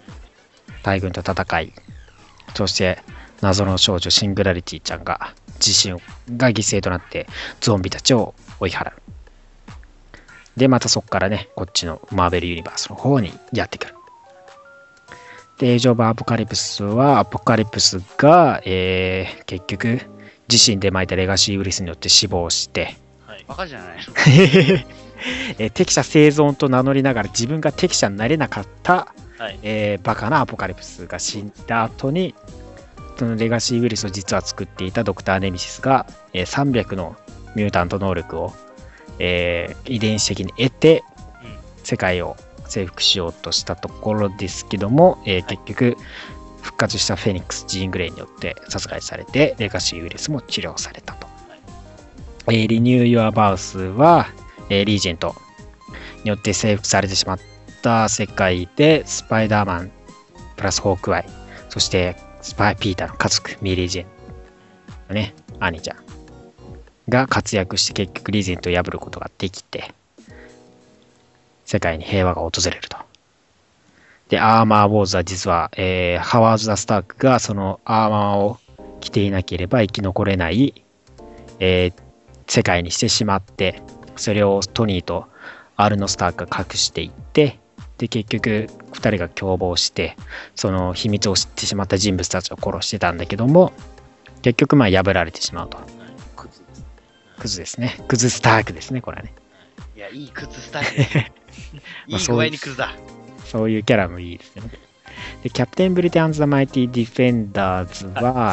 戦い、そして謎の少女シングラリティちゃんが自身が犠牲となってゾンビたちを追い払う。で、またそこからね、こっちのマーベルユニバースの方にやってくる。で、エイジ・オブ・アポカリプスは、アポカリプスが、結局、自身で巻いたレガシーウイルスによって死亡して、 バカじゃないの適者生存と名乗りながら自分が適者になれなかった、バカなアポカリプスが死んだ後に、そのレガシーウイルスを実は作っていたドクター・ネミシスが、300のミュータント能力を、遺伝子的に得て、世界を征服しようとしたところですけども、結局復活したフェニックス・ジーン・グレイによって殺害されてレガシーウイルスも治療されたと。リニュー・ユア・バウスは、リージェントによって征服されてしまった世界でスパイダーマンプラスホークアイ、そしてスパイピーターの家族ミリー・ジェンのね、兄ちゃんが活躍して結局リーゼントを破ることができて世界に平和が訪れると。で、アーマーウォーズは実は、ハワーズ・ザ・スタークがそのアーマーを着ていなければ生き残れない、世界にしてしまって、それをトニーとアルノ・スタークが隠していって、で、結局2人が共謀してその秘密を知ってしまった人物たちを殺してたんだけども、結局破られてしまうと。クズですね。クズスタークですね、これはね。 いや、いいクズスタークですね。いい具合にクズだ。 そういうキャラもいいですよね。で、キャプテン・ブリテンズ・ザ・マイティ・ディフェンダーズは、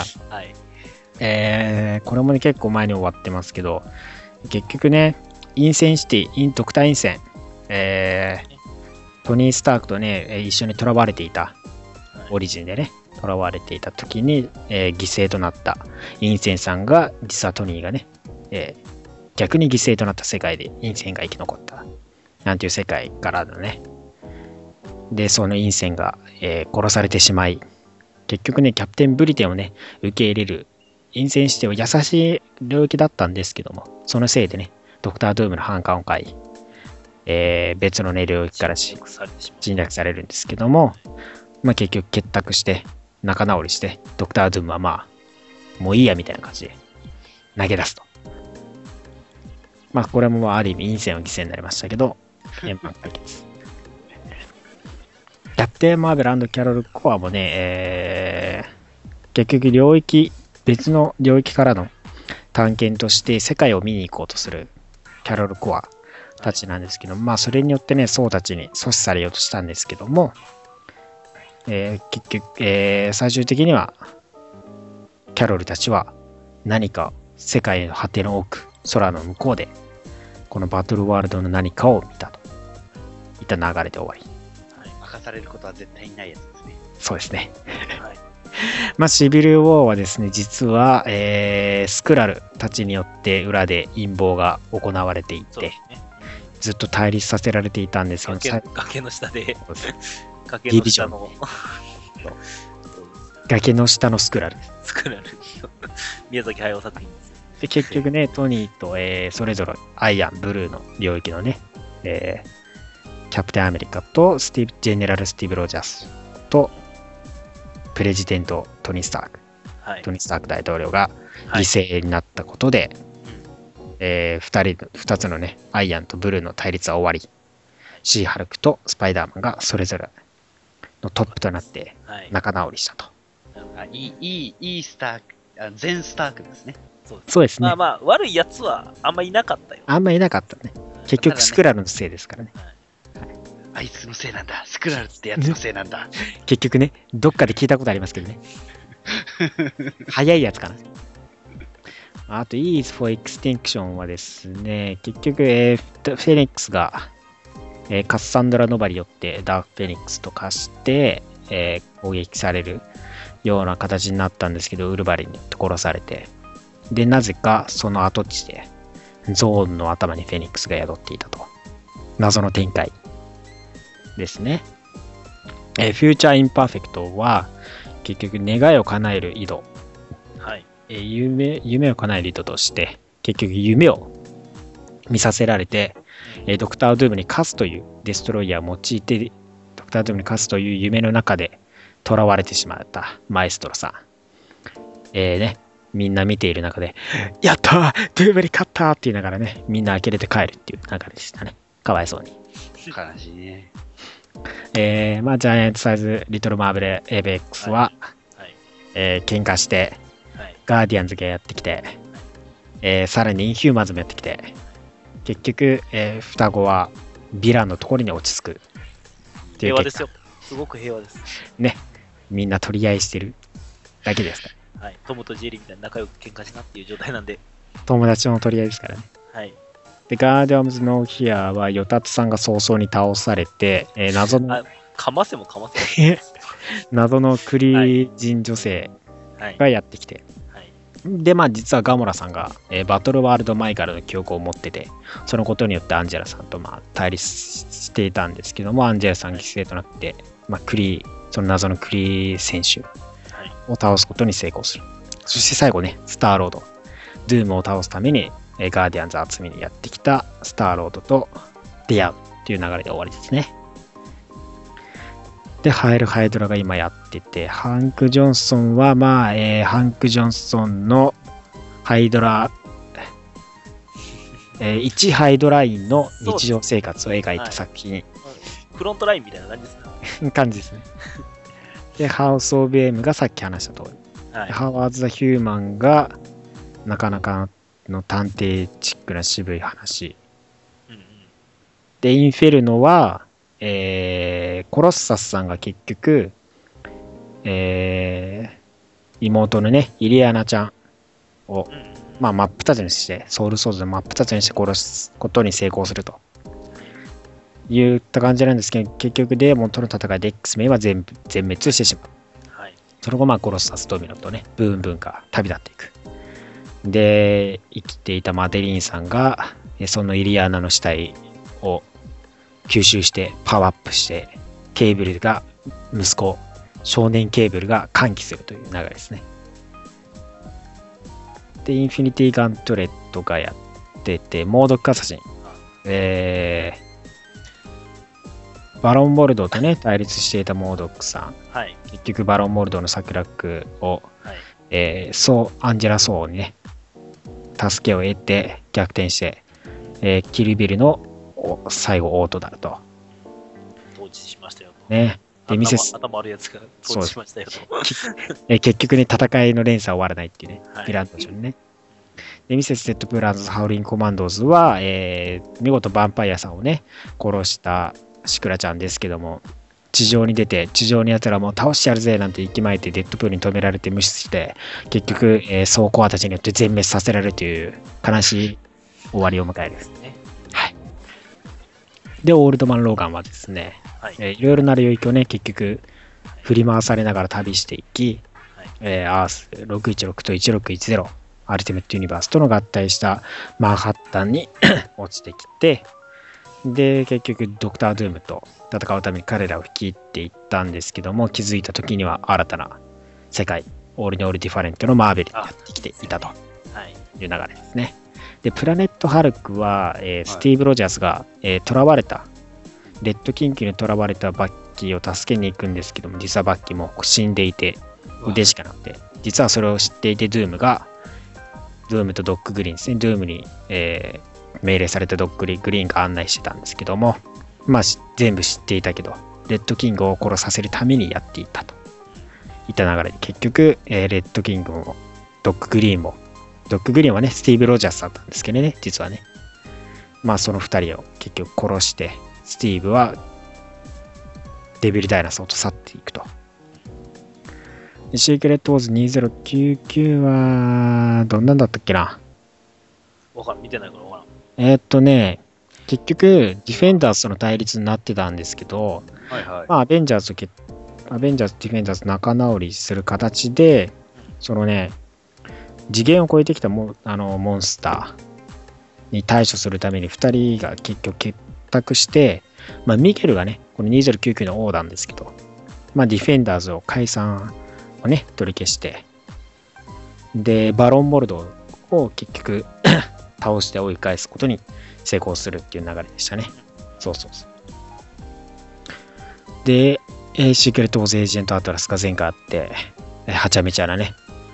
これもね、結構前に終わってますけど、結局ね、インセンシティ、ドクター・インセン、トニー・スタークとね、一緒に囚われていた、オリジンでね、囚われていた時に、犠牲となったインセンさんが、実はトニーがね、逆に犠牲となった世界でインセンが生き残ったなんていう世界からのね。で、そのインセンが、殺されてしまい、結局ね、キャプテンブリテンをね、受け入れるインセンシティは優しい領域だったんですけども、そのせいでね、ドクター・ドゥームの反感を買い、別のね、領域から侵略されるんですけども、結局結託して仲直りして、ドクター・ドゥームはもういいやみたいな感じで投げ出すと。これもある意味、インセンは犠牲になりましたけど、円満解決。キャプテン・マーベル&キャロル・コアもね、結局別の領域からの探検として世界を見に行こうとするキャロル・コアたちなんですけど、それによってね、ソウたちに阻止されようとしたんですけども、結局、最終的には、キャロルたちは何か世界の果ての奥、空の向こうで、このバトルワールドの何かを見たといった流れで終わり。 明かされることは絶対にないやつですね。 そうですね。シビル・ウォーはですね、実は、スクラルたちによって裏で陰謀が行われていて、ずっと対立させられていたんですけど、 崖の下で、崖の下の崖の下のスクラル。 宮崎駿作品です。 で、結局ね、トニーと、それぞれアイアン、ブルーの領域のね、キャプテンアメリカとジェネラル・スティーブ・ロジャースとプレジデントトニー・スターク、トニー・スターク大統領が犠牲になったことで、2つのね、アイアンとブルーの対立は終わり、シー・ハルクとスパイダーマンがそれぞれのトップとなって仲直りしたと。 いいスターク、全スタークですね。 そうですね。 悪いやつはあんまいなかったよ。 あんまいなかったね。結局スクラルのせいですからね。 あいつのせいなんだ。スクラルってやつのせいなんだ。 結局ね、どっかで聞いたことありますけどね。早いやつかな。あと、Ease for Extinction はですね、結局、フェニックスが、カッサンドラ・ノバによってダーク・フェニックスと化して、攻撃されるような形になったんですけど、ウルヴァリンによって殺されて、で、なぜかその跡地でゾーンの頭にフェニックスが宿っていたと謎の展開ですね。フューチャーインパーフェクトは結局願いを叶える井戸、 はい。 夢を叶える井戸として結局夢を見させられて、ドクター・ドゥームに勝つというデストロイヤーを用いてドクター・ドゥームに勝つという夢の中で囚われてしまったマエストロさん、みんな見ている中でやったードゥームに勝ったーって言いながらね、みんな呆れて帰るっていう流れでしたね。かわいそうに。 悲しいね。 ジャイアントサイズリトルマーブルエベックスは、喧嘩して、ガーディアンズがやってきて、さらにインヒューマンズもやってきて、結局、双子はヴィランのところに落ち着く。 平和ですよ。すごく平和です。 ね。みんな取り合いしてるだけですから。 はい。トムとジェリーみたいに仲良く喧嘩しなっていう状態なんで。 友達の取り合いですからね。 はい。 で、ガーディアムズ・ノーヒアは、ヨタツさんが早々に倒されて、謎の謎のクリ人女性がやってきて、で、実はガモラさんが、バトルワールド前からの記憶を持ってて、そのことによってアンジェラさんと対立していたんですけども、アンジェラさん犠牲となって、その謎のクリ選手を倒すことに成功する。そして最後ね、スターロード、ドゥームを倒すために、ガーディアンズ集めにやってきたスターロードと出会うっていう流れで終わりですね。で、ハイドラが今やってて、ハンク・ジョンソンは、ハンク・ジョンソンのハイドラ、1ハイドラインの日常生活を描いた作品。 フロントラインみたいな感じですね。 感じですね。で、ハウス・オブ・エムがさっき話した通り。ハワーズ・ザ・ヒューマンがなかなかの探偵チックな渋い話。で、インフェルノは、コロッサスさんが結局、妹のね、イリアナちゃんを、真っ二つにして、ソウルソードで真っ二つにして殺すことに成功するといった感じなんですけど、結局デーモンとの戦いで X メンは全滅してしまう。その後、コロッサスドミノとね、ブーンブーンが旅立っていく。で、生きていたマデリーンさんが、そのイリアナの死体を吸収してパワーアップして、ケーブルが息子、少年ケーブルが歓喜するという流れですね。で、インフィニティガントレットがやってて、モードックアサシン。バロンボルドとね、対立していたモードックさん。結局、バロンボルドのサクラックを、アンジェラ・ソーにね、助けを得て逆転して、キルビルの最後オートだと。 統治しましたよと。 ね。で、 頭あるやつが統治しましたよと。 結局ね、戦いの連鎖は終わらないっていうね、ヴィランドションね。で、ミセス・デッド・プランズ・ハウリン・コマンドーズは、見事ヴァンパイアさんをね、殺したシクラちゃんですけども、地上に出て、地上のやつらもう倒してやるぜなんて息巻いて、デッドプールに止められて無視して、結局、装甲たちによって全滅させられるという悲しい終わりを迎える。はい。で、オールドマン・ローガンはですね、いろいろな領域をね、結局、振り回されながら旅していき、アース616と1610、アルティメット・ユニバースとの合体したマンハッタンに落ちてきて、で、結局、ドクター・ドゥームと戦うために彼らを率いていったんですけども、気づいた時には新たな世界、オールにオールディファレントのマーベルにやってきていたという流れですね。で、プラネット・ハルクは、スティーブ・ロジャースが囚われた、レッドキングに囚われたバッキーを助けに行くんですけども、実はバッキーも死んでいて、腕しかなくて、実はそれを知っていて、ドゥームとドッグ・グリーンですね、ドゥームに、命令されたドッグ・グリーンが案内してたんですけども、全部知っていたけど、レッドキングを殺させるためにやっていたといった流れで、結局、レッドキングもドッグ・グリーンはね、スティーブ・ロジャースだったんですけどね、実はね。その2人を結局殺して、スティーブはデビル・ダイナソーと去っていくと。シークレット・ウォーズ2099は、どんなんだったっけな。 見てないから分からん。 結局、ディフェンダーズとの対立になってたんですけど、アベンジャーズ、ディフェンダーズ仲直りする形で、そのね、次元を超えてきたモンスターに対処するために2人が結局託して、ミケルがね、この2099の王なんですけど、ディフェンダーズを解散をね、取り消して、で、バロンモルドを結局倒して追い返すことに成功するっていう流れでしたね。そう。で、シークレット・オズ・エージェント・アトラスが前回あって、はちゃめちゃなね、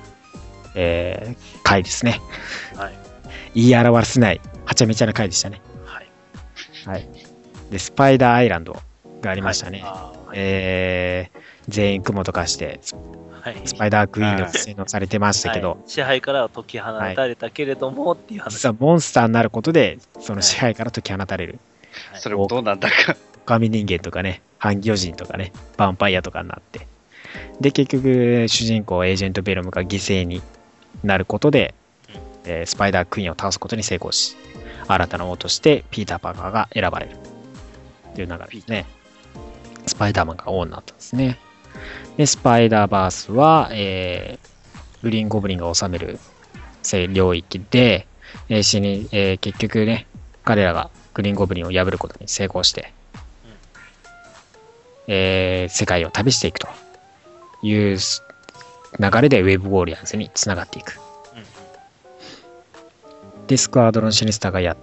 回ですね。 はい。 言い表せない、はちゃめちゃな回でしたね。はい。で、スパイダーアイランドがありましたね。全員雲と化して、スパイダークイーンが洗脳されてましたけど、 支配からは解き放たれたけれどもっていう話。 実はモンスターになることで、その支配から解き放たれる。 それもどうなんだか。 狼人間とかね、半魚人とかね、ヴァンパイアとかになって。で、結局、主人公、エージェント・ベルムが犠牲になることで、スパイダークイーンを倒すことに成功し、新たな王としてピーター・パーカーが選ばれるっていう流れですね。スパイダーマンが王になったんですね。で、スパイダーバースは、グリーンゴブリンが治める領域で、結局ね、彼らがグリーンゴブリンを破ることに成功して、世界を旅していくという流れでウェブウォーリアーズにつながっていく。で、スクワードロンシニスターがやって、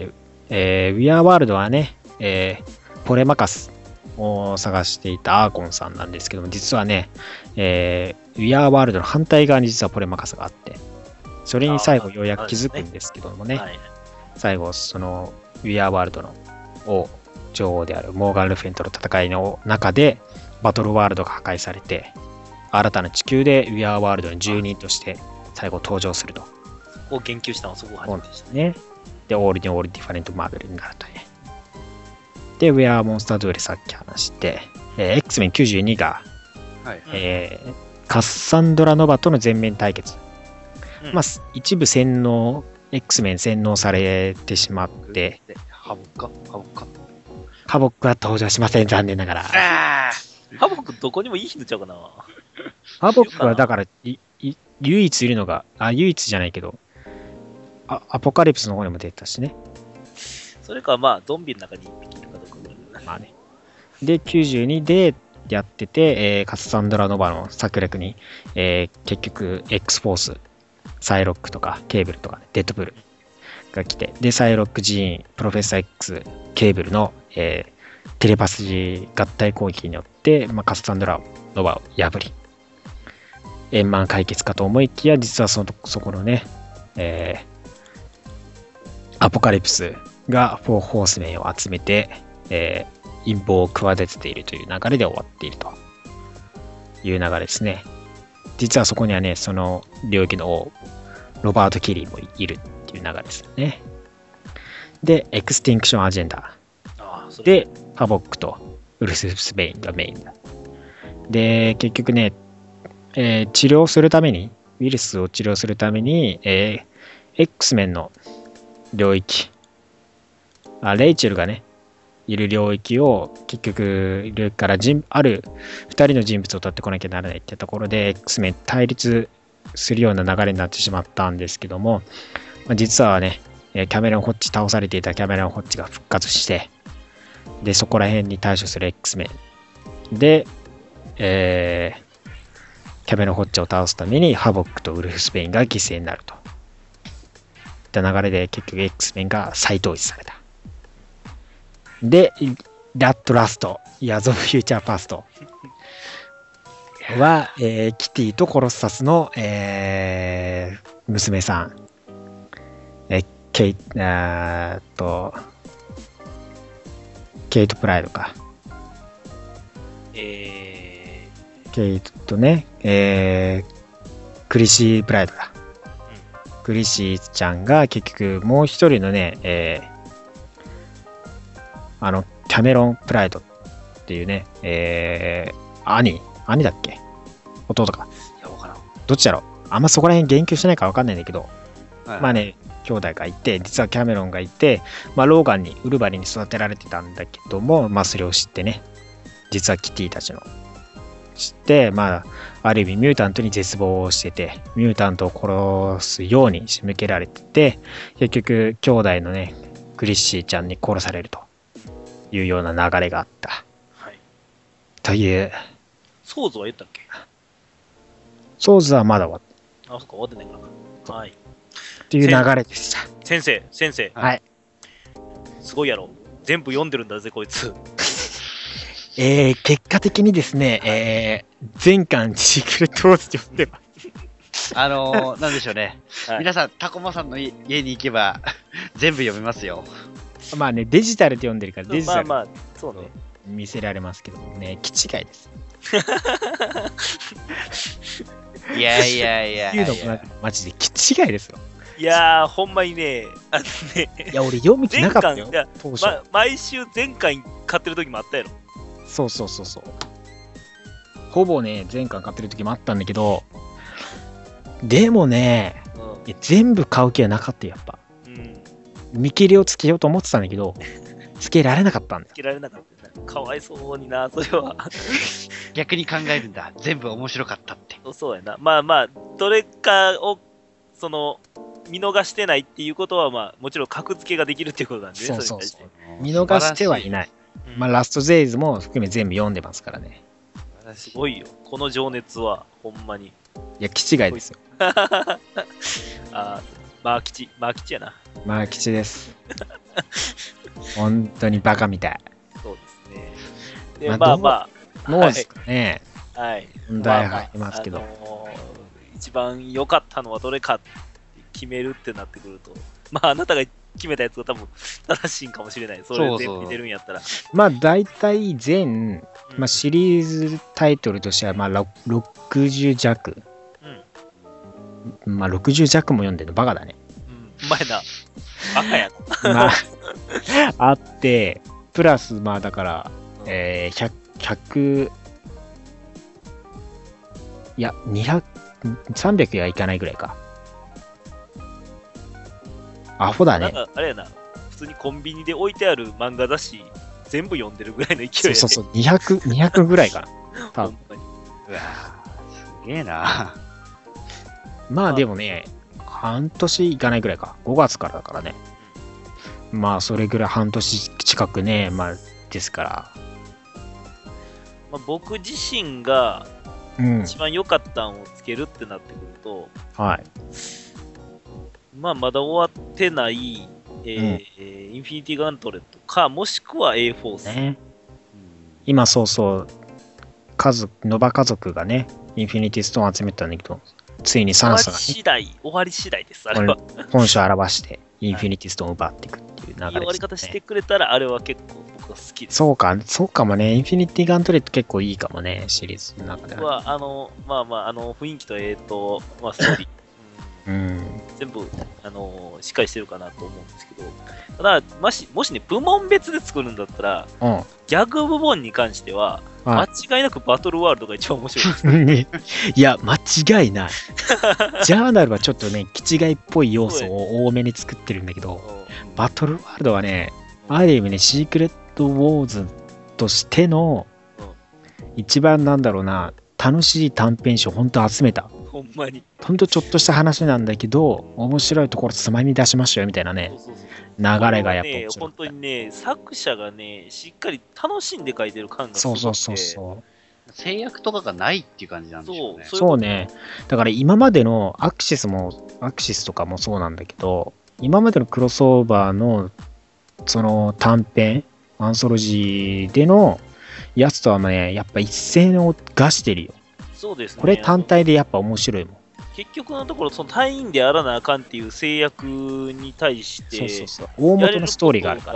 ウィアーワールドはね、ポレマカスを探していたアーコンさんなんですけども、実はね、ウィアーワールドの反対側に実はポレマカスがあって、それに最後ようやく気づくんですけどもね、最後そのウィアーワールドの女王であるモーガン・ルフェンとの戦いの中でバトルワールドが破壊されて、新たな地球でウィアーワールドの住人として最後登場すると。 そこを言及したのはそこが初めてでしたね。で、オールにオールディファレントマーベルになるとね。で、ウェアモンスタードゥエルさっき話して、X メン92が、カッサンドラ・ノバとの全面対決。一部洗脳、X メン洗脳されてしまって、 ハボックは登場しません、残念ながら。 ハボックどこにもいい人ちゃうかな。 ハボックはだから、唯一いるのが、唯一じゃないけど、アポカリプスの方にも出たしね。 それかゾンビの中に1匹いるかどうか。 で、92でやってて、カッサンドラ・ノバの策略に、結局、X フォース、サイロックとか、ケーブルとか、デッドブルが来て、で、サイロック・ジーン、プロフェッサー X、ケーブルの、テレパシー合体攻撃によって、カッサンドラ・ノバを破り、円満解決かと思いきや、実はそこのね、アポカリプスがフォーホースメンを集めて、陰謀を企てているという流れで終わっているという流れですね。実はそこにはね、その領域の王、ロバート・キリーもいるっていう流れですよね。で、エクスティンクション・アジェンダで、ハボックとウルス・スペインがメインだ。で、結局ね、治療するために、ウイルスを治療するために、X メンの領域、レイチェルがね、いる領域を結局、領域からある2人の人物を取ってこなきゃならないってところで、X メン対立するような流れになってしまったんですけども、実はね、キャメロン・ホッチ、倒されていたキャメロン・ホッチが復活して、で、そこら辺に対処する X メンで、キャメロン・ホッチを倒すためにハボックとウルフ・スペインが犠牲になると。いった流れで結局 X メンが再統一された。で、ラットラスト、イヤーズ・オブ・フューチャー・パストは、キティとコロッサスの、娘さん、ケイト・プライドか。ケイトね、クリシー・プライドだ。クリシーちゃんが結局もう一人のね、キャメロン・プライドっていうね、兄だっけ弟か。 いや、わからん。 どっちだろう、あんまそこら辺言及してないからわかんないんだけど、兄弟がいて、実はキャメロンがいて、ローガンに、ウルバリンに育てられてたんだけども、それを知ってね、実はキティたちの知って、ある意味ミュータントに絶望をしてて、ミュータントを殺すように仕向けられてて、結局兄弟のね、クリッシーちゃんに殺されるというような流れがあった。 はい。 という。 ソーズは言ったっけ？ ソーズはまだ終わって。 あ、そっか、終わってないから。はい。 っていう流れでした。 先生。 はい。 すごいやろ。全部読んでるんだぜ、こいつ。 結果的にですね、全巻シークレットウォーズ読んでます。 なんでしょうね。はい、皆さん、タコマさんの家に行けば、全部読めますよ。 まあね、デジタルで読んでるから、デジタルまあ、そうね。 見せられますけどもね、気違いです。 いやいやいや。 っていうのもマジで気違いですよ。 いやー、ほんまにね、 いや、俺読む気なかったよ。当初毎週前回買ってる時もあったやろ。 そう。ほぼね、前巻買ってる時もあったんだけど、でもね、いや全部買う気はなかったよ、やっぱ。見切りをつけようと思ってたんだけど、つけられなかったんだよ。 つけられなかった。かわいそうにな、それは。 逆に考えるんだ。全部面白かったって。 そうやな。まあ、どれかを、見逃してないっていうことは、まあ、もちろん格付けができるっていうことなんでね。 そう。見逃してはいない。まあ、ラストゼイズも含め全部読んでますからね。 すごいよ。この情熱は、ほんまに。 いや、気違いですよ。 マー吉やな。 マー吉です。本当にバカみたい。 そうですね。で、まあ。 どうですかね。 はい。 問題入りますけど。 一番良かったのはどれかって決めるってなってくると、まあ、あなたが決めたやつが多分正しいんかもしれない。それで見てるんやったら。 まあ、大体全、まあ、シリーズタイトルとしては、まあ、60弱。まあ、60弱も読んでるのバカだね。 うまいな。バカやな。まあ、あって、プラス、まあ、だから、100、いや、300はいかないぐらいか。アホだね。 なんか、あれやな。普通にコンビニで置いてある漫画雑誌、全部読んでるぐらいの勢いやね。 そう、200ぐらいかな。多分。 うわすげえな。 まあでもね、半年いかないぐらいか。5月からだからね。まあそれぐらい半年近くね、まあですから。 まあ、僕自身が一番良かったんをつけるってなってくると、 はい。 まあまだ終わってない、インフィニティガントレットか、もしくは A フォース。ね、 今そう、ノバ家族がね、インフィニティストーン集めたんだけど、ついにサンサが、 ね、終わり次第です、あれは。 本性を表して、インフィニティストーンを奪っていくっていう流れです、ね。いい終わり方してくれたら、あれは結構僕は好きです。 そうかもね、インフィニティガントレット結構いいかもね、シリーズの中では。 雰囲気と、まあ、ストーリー。全部、しっかりしてるかなと思うんですけど、ただ、もしね、部門別で作るんだったら、ギャグ部門に関しては、間違いなくバトルワールドが一番面白いです。 いや、間違いない。ジャーナルはちょっとね、気違いっぽい要素を多めに作ってるんだけど、バトルワールドはね、ある意味ね、シークレットウォーズとしての、一番なんだろうな、楽しい短編集を本当集めた。 ほんまに。 ほんとちょっとした話なんだけど、面白いところつまみ出しましたよみたいなね、流れがやっぱ面白い。 本当にね、作者がね、しっかり楽しんで書いてる感がすごくて。 そう。 制約とかがないっていう感じなんでしょうね。 そうね。だから今までのアクシスとかもそうなんだけど、今までのクロスオーバーのその短編、アンソロジーでのやつとはね、やっぱ一線を画してるよ。 そうですね。 これ単体でやっぱ面白いもん。 結局のところ、その隊員でやらなあかんっていう制約に対して、 大元のストーリーがあるから。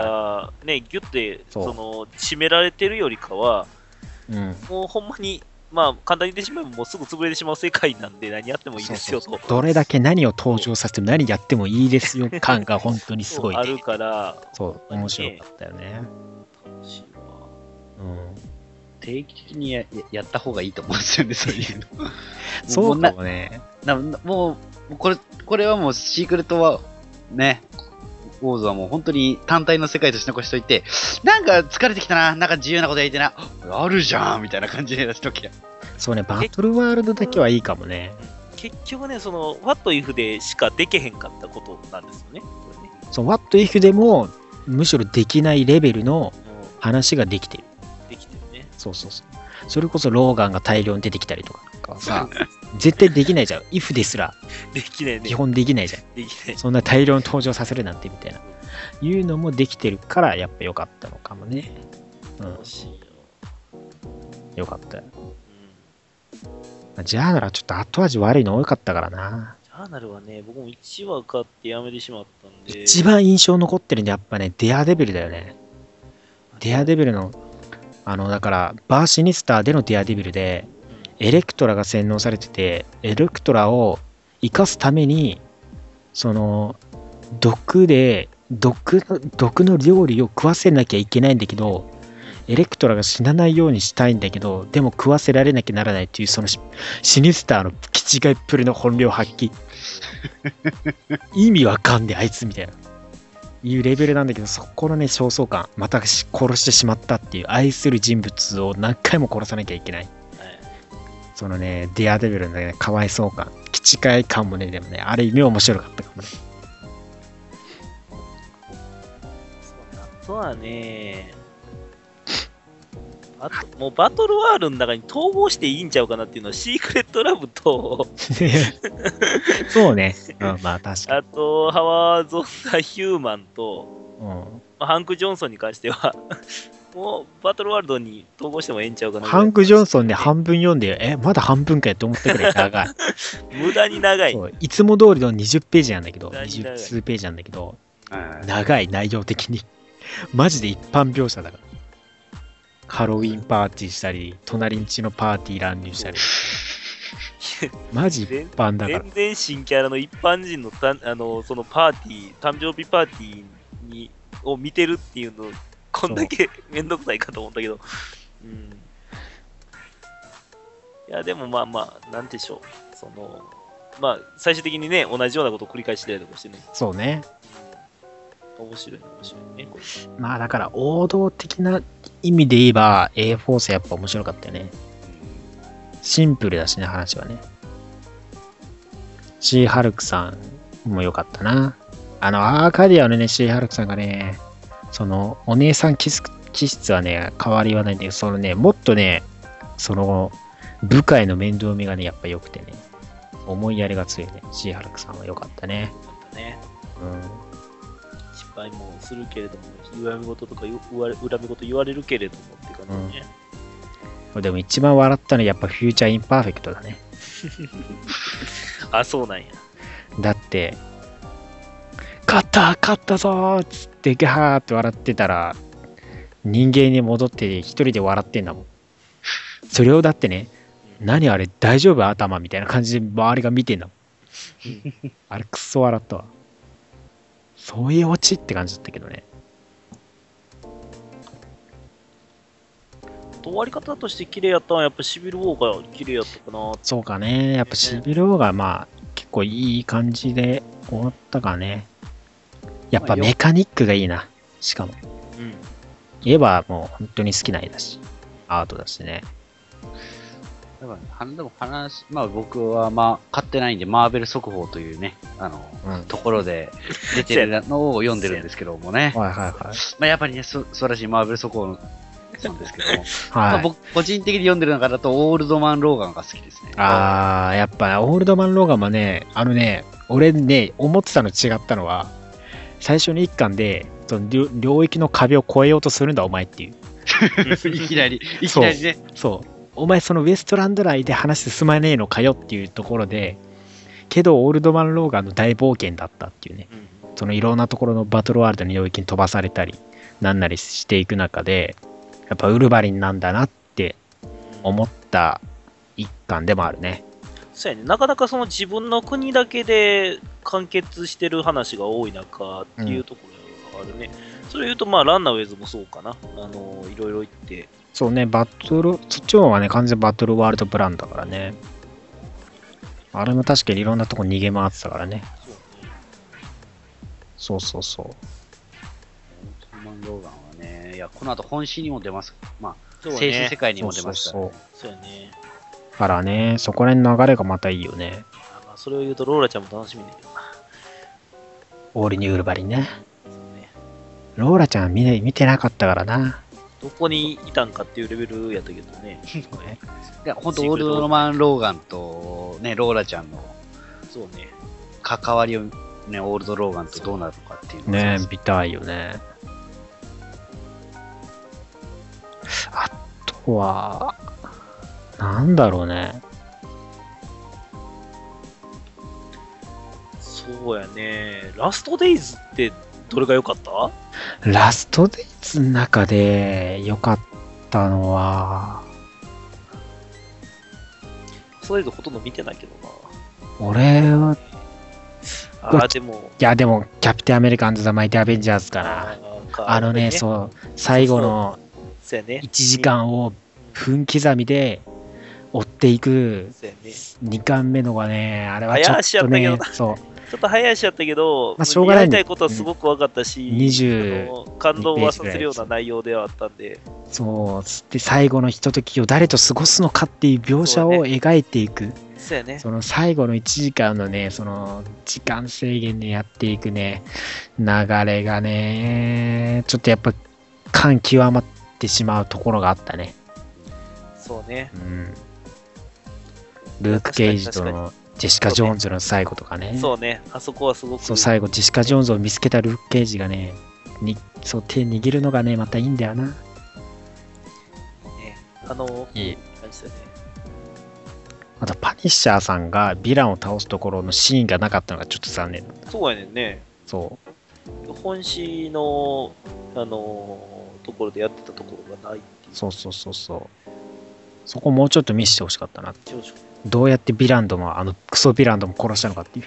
ね、ギュッて、締められてるよりかは、もうほんまに、まあ、簡単に言ってしまえば、もうすぐ潰れてしまう世界なんで、何やってもいいですよと。 どれだけ何を登場させても何やってもいいですよ感が本当にすごい、ね。 あるから、 面白かったよね。 楽しいわ。 定期的に やった方がいいと思うんですよね、そういうの。 そうかもね。 もう、これはもうシークレットは、ね、ウォーズはもう本当に単体の世界として残しといて、なんか疲れてきたな、なんか自由なことやりてな、あるじゃんみたいな感じで出しときゃ。 そうね、バトルワールドだけはいいかもね。 結局ね、What If でしかできへんかったことなんですよね。 そう、What If でも、むしろできないレベルの話ができてる。 できてるね。 そう。それこそローガンが大量に出てきたりとかはさ、絶対できないじゃん。if ですら。 できないね。 基本できないじゃん。 できない。 そんな大量に登場させるなんてみたいな。いうのもできてるから、やっぱ良かったのかもね。 楽しいよ。 よかったよ。ジャーナルはちょっと後味悪いの多かったからな。 ジャーナルはね、僕も1話買ってやめてしまったんで。 一番印象残ってるのはやっぱね、デアデビルだよね。デアデビルの、だから、バーシニスターでのデアデビルで、エレクトラが洗脳されてて、エレクトラを生かすために、その、毒の料理を食わせなきゃいけないんだけど、エレクトラが死なないようにしたいんだけど、でも食わせられなきゃならないっていう、そのシニスターの気違いっぷりの本領発揮。意味わかんねえ、あいつみたいな。いうレベルなんだけど、そこのね、焦燥感、また殺してしまったっていう、愛する人物を何回も殺さなきゃいけない。そのね、デアデビルのね、かわいそう感、気違い感もね、でもね、あれ、意味面白かったかもね。 あとはね、あと、もうバトルワールドの中に統合していいんちゃうかなっていうのは、シークレットラブと、 そうね。まあ確かに。 あと、ハワード・ザ・ヒューマンと、ハンク・ジョンソンに関しては、もうバトルワールドに統合してもええんちゃうかな。 ハンク・ジョンソンで半分読んで、まだ半分かよって思ったくらい長い。 無駄に長い。 いつも通りの20ページなんだけど、20数ページなんだけど、長い内容的に。マジで一般描写だから。ハロウィンパーティーしたり、隣んちのパーティー乱入したり。マジ一般だから。 全然新キャラの一般人のそのパーティー、誕生日パーティーを見てるっていうの、こんだけめんどくさいかと思ったけど。いや、でもまあまあ、なんでしょう。まあ、最終的にね、同じようなことを繰り返してたりとかしてね。 そうね。 面白いね、これ。 まあだから王道的な意味で言えば A フォースやっぱ面白かったよね。シンプルだしね、話はね。シーハルクさんも良かったな。アーカディアのね、シーハルクさんがね、そのお姉さん気質はね、変わりはないんだけど、そのね、もっとね、その部下への面倒見がね、やっぱ良くてね、思いやりが強いね。シーハルクさんは良かったね。 失敗もするけれども、恨み事とか恨み事言われるけれどもって感じね。 でも一番笑ったのはやっぱフューチャーインパーフェクトだね。 あ、そうなんや。 だって、勝ったぞーっつってガーって笑ってたら、人間に戻って一人で笑ってんだもん。それをだってね、何あれ大丈夫頭みたいな感じで周りが見てんだもん。あれクソ笑ったわ。そういうオチって感じだったけどね。 終わり方として綺麗やったのはやっぱシビルウォーが綺麗やったかな。 そうかね。やっぱシビルウォーがまあ結構いい感じで終わったかね。やっぱメカニックがいいな。しかも。言えばもう本当に好きな絵だし、アートだしね。 だからでもまあ僕は買ってないんで、マーベル速報というね、ところで出てるのを読んでるんですけどもね。やっぱりね、素晴らしいマーベル速報なんですけども、僕個人的に読んでる中だとオールドマン・ローガンが好きですね。 やっぱオールドマン・ローガンもね、俺ね、思ってたの違ったのは、最初の一巻で、その領域の壁を越えようとするんだ、お前っていう。 いきなりね。 そう。お前そのウエストランド内で話進まねえのかよっていうところで、けどオールドマン・ローガンの大冒険だったっていうね。そのいろんなところのバトルワールドの領域に飛ばされたり、なんなりしていく中で、やっぱウルヴァリンなんだなって思った一巻でもあるね。 そうやね。なかなかその自分の国だけで完結してる話が多い中っていうところがあるね。それ言うとランナーウェイズもそうかな。いろいろ言って。そうね、 そっちの方はね、完全バトルワールドプランだからね。あれも確かにいろんなとこ逃げ回ってたからね。そう。オールドマン・ローガンはね、いや、この後本誌にも出ます。静止世界にも出ますからね。 そうやね。 からね、そこら辺の流れがまたいいよね。 それを言うとローラちゃんも楽しみだけどな。 オールニューウルヴァリンね。ローラちゃんは見てなかったからな。 どこにいたんかっていうレベルやったけどね。 いや、ほんと、オールドマン・ローガンと、ね、ローラちゃんのそうね。 関わりを、ね、オールド・ローガンとどうなるのかっていうのね見たいよね。あとは、なんだろうね。 そうやね。ラストデイズってどれが良かった？ ラストデイズの中で良かったのは、 ラストデイズほとんど見てないけどな。 俺は、 でも。 いやでも、キャプテンアメリカンズ・ザ・マイティ・アベンジャーズかな。ね、そう、最後の1時間を分刻みで追っていく2巻目のがね、あれはちょっとね、そう。 ちょっと早足やったけど、 まあ、しょうがないやりたいことはすごく分かったし、感動はさせるような内容ではあったんで。 そう。で、最後のひとときを誰と過ごすのかっていう描写を描いていく。 そうやね。 その最後の1時間のね、その時間制限でやっていくね、流れがね、ちょっとやっぱ感極まってしまうところがあったね。 そうね。 うん。ルーク・ケイジとのジェシカ・ジョーンズの最後とかね。 そうね。あそこはすごく。 そう、最後、ジェシカ・ジョーンズを見つけたルーク・ケイジがね、そう、手握るのがね、またいいんだよな。ね、 いい感じだね。 あと、パニッシャーさんがヴィランを倒すところのシーンがなかったのがちょっと残念だった。 そうやねんね。 そう。 本誌の、ところでやってたところがないっていう。 そう。そこもうちょっと見せてほしかったなって。どうやってヴィランドも、クソヴィランドも殺したのかっていう。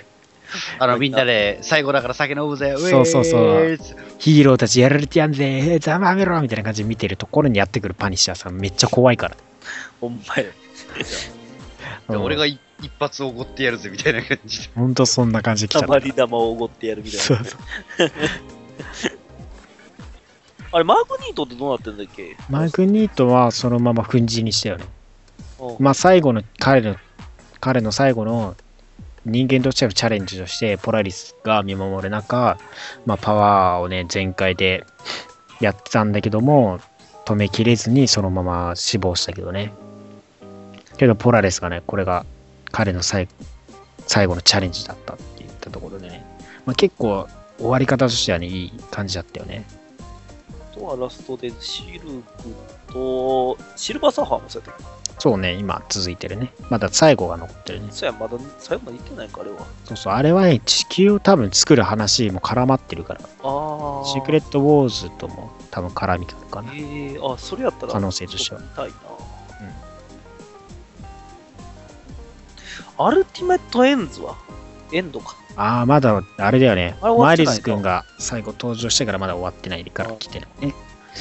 みんなで最後だから酒飲むぜ。 そう。ヒーローたちやられてやんぜ。ざまめろみたいな感じで見てるところにやってくるパニッシャーさんめっちゃ怖いから。 ほんまや。 俺が一発おごってやるぜみたいな感じで。 ほんとそんな感じで来ちゃった。 たまり玉をおごってやるみたいな。そうあれ、マグニートってどうなってんだっけ？ マグニートはそのまま粉塵にしたよね。まあ最後の彼の最後の人間としてのチャレンジとしてポラリスが見守る中、まあ、パワーをね全開でやってたんだけども止めきれずにそのまま死亡したけどね。けどポラリスがねこれが彼の最後のチャレンジだったって言ったところでね、まあ、結構終わり方としてはねいい感じだったよね。 あとはラストでシルクとシルバーサーファーもそうやったっけ？ そうね、今続いてるね。まだ最後が残ってるね。 そうや、まだ最後まで行ってないか、あれは。 そう、あれはね、地球を多分作る話も絡まってるから。シークレット・ウォーズとも多分絡みがあるかな。 それやったら可能性としては。 見たいな。アルティメット・エンズはエンドか。 まだあれだよね。マイリス君が最後登場してからまだ終わってないから来てないね。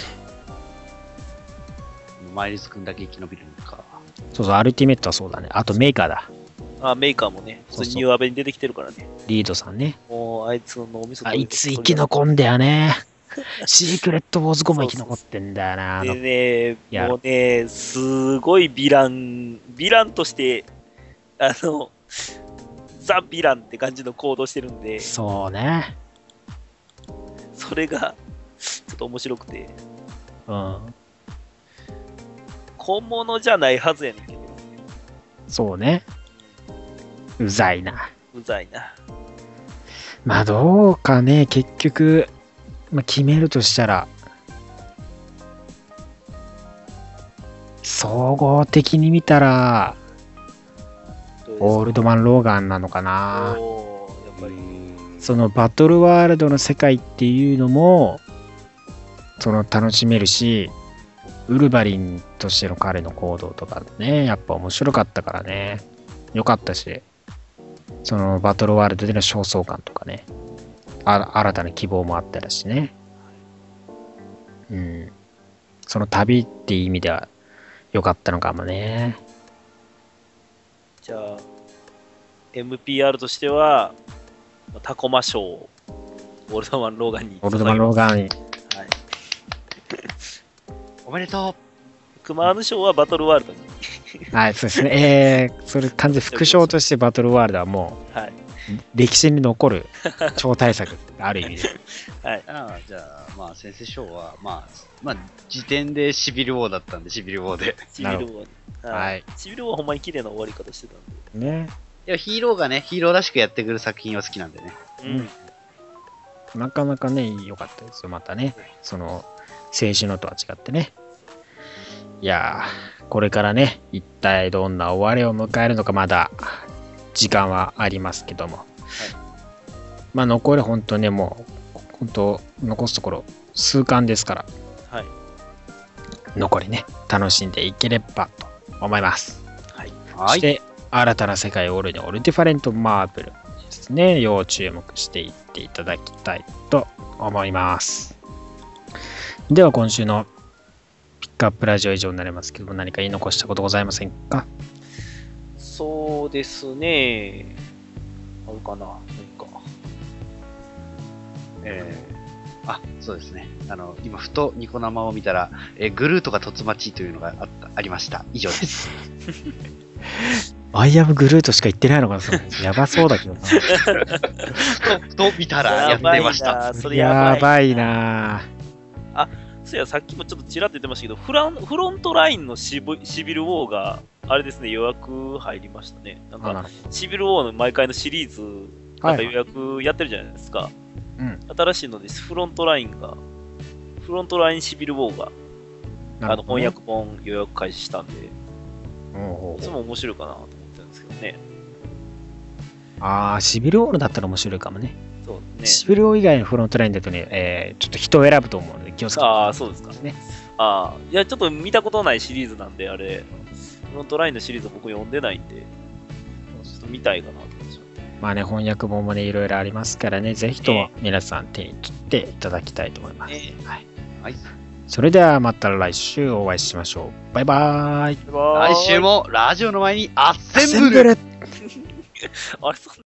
マイリス君だけ生き延びるのか。 そう、アルティメットはそうだね。あとメーカーだ。 メーカーもね、普通にニューアベに出てきてるからね。 リードさんね。 もう、あいつのおみそあいつ生き残んだよね。シークレット・ウォーズ後も生き残ってんだよな。 でね、もうね、すごいヴィランとして、ザ・ヴィランって感じの行動してるんで。 そうね。 それが、ちょっと面白くて。 うん。 本物じゃないはずやねんけど。 そうね。うざいな。まあどうかね、結局、決めるとしたら、総合的に見たら、オールドマン・ローガンなのかな。そのバトルワールドの世界っていうのも、楽しめるし、ウルヴァリンとしての彼の行動とかね、やっぱ面白かったからね。よかったし、そのバトルワールドでの焦燥感とかね、新たな希望もあったらしね。うん。その旅っていう意味では良かったのかもね。 じゃあ、MPR としては、タコマ賞をオールドマン・ローガンに。 オールドマン・ローガンに。はい。 おめでとう。クマーヌ賞はバトルワールドに。 はい、そうですね。それ完全副賞としてバトルワールドはもう、 はい。 歴史に残る超大作ってある意味で。 はい。 じゃあ、まあ、先生賞は、まあ、時点でシビルウォーだったんで、シビルウォーで。 シビルウォー。 はい。 シビルウォーはほんまに綺麗な終わり方してたんで。 ね。 いや、ヒーローがね、ヒーローらしくやってくる作品は好きなんでね。 なかなかね、良かったですよ、またね。その、青春のとは違ってね。いやー、これからね、一体どんな終わりを迎えるのか、まだ時間はありますけども。まあ、残り本当ね、もう、本当、残すところ数巻ですから、 はい。 残りね、楽しんでいければと思います。 はい。 そして、新たな世界をオルにオルディファレントマーブルですね、要注目していっていただきたいと思います。では今週のピックアップラジオ以上になりますけども、何か言い残したことございませんか？ そうですね。あるかな、 そうですね。今、ふとニコ生を見たら、グルートが突待ちというのがありました。以上です。 アイアムグルートしか言ってないのかな、それやばそうだけどな。 ふと見たらやってました。 やばいな。 そうや、さっきもちょっとちらっと言ってましたけど、フロントラインのシビルウォーが、あれですね、予約入りましたね。なんか、シビルウォーの毎回のシリーズ、なんか予約やってるじゃないですか。新しいのです。フロントラインシビルウォーが、翻訳本予約開始したんで、いつも面白いかなと思ってるんですけどね。 シビルウォールだったら面白いかもね。 そうね。 シビルウォー以外のフロントラインだとね、ちょっと人を選ぶと思うので気をつけて。 そうですかね。いや、ちょっと見たことないシリーズなんで、あれ、フロントラインのシリーズ僕読んでないんで、ちょっと見たいかなと思ってしまって。 まあね、翻訳本もね、いろいろありますからね、ぜひとも皆さん手に取っていただきたいと思います。はい。それではまた来週お会いしましょう。バイバーイ。 来週もラジオの前にアッセンブルあれ、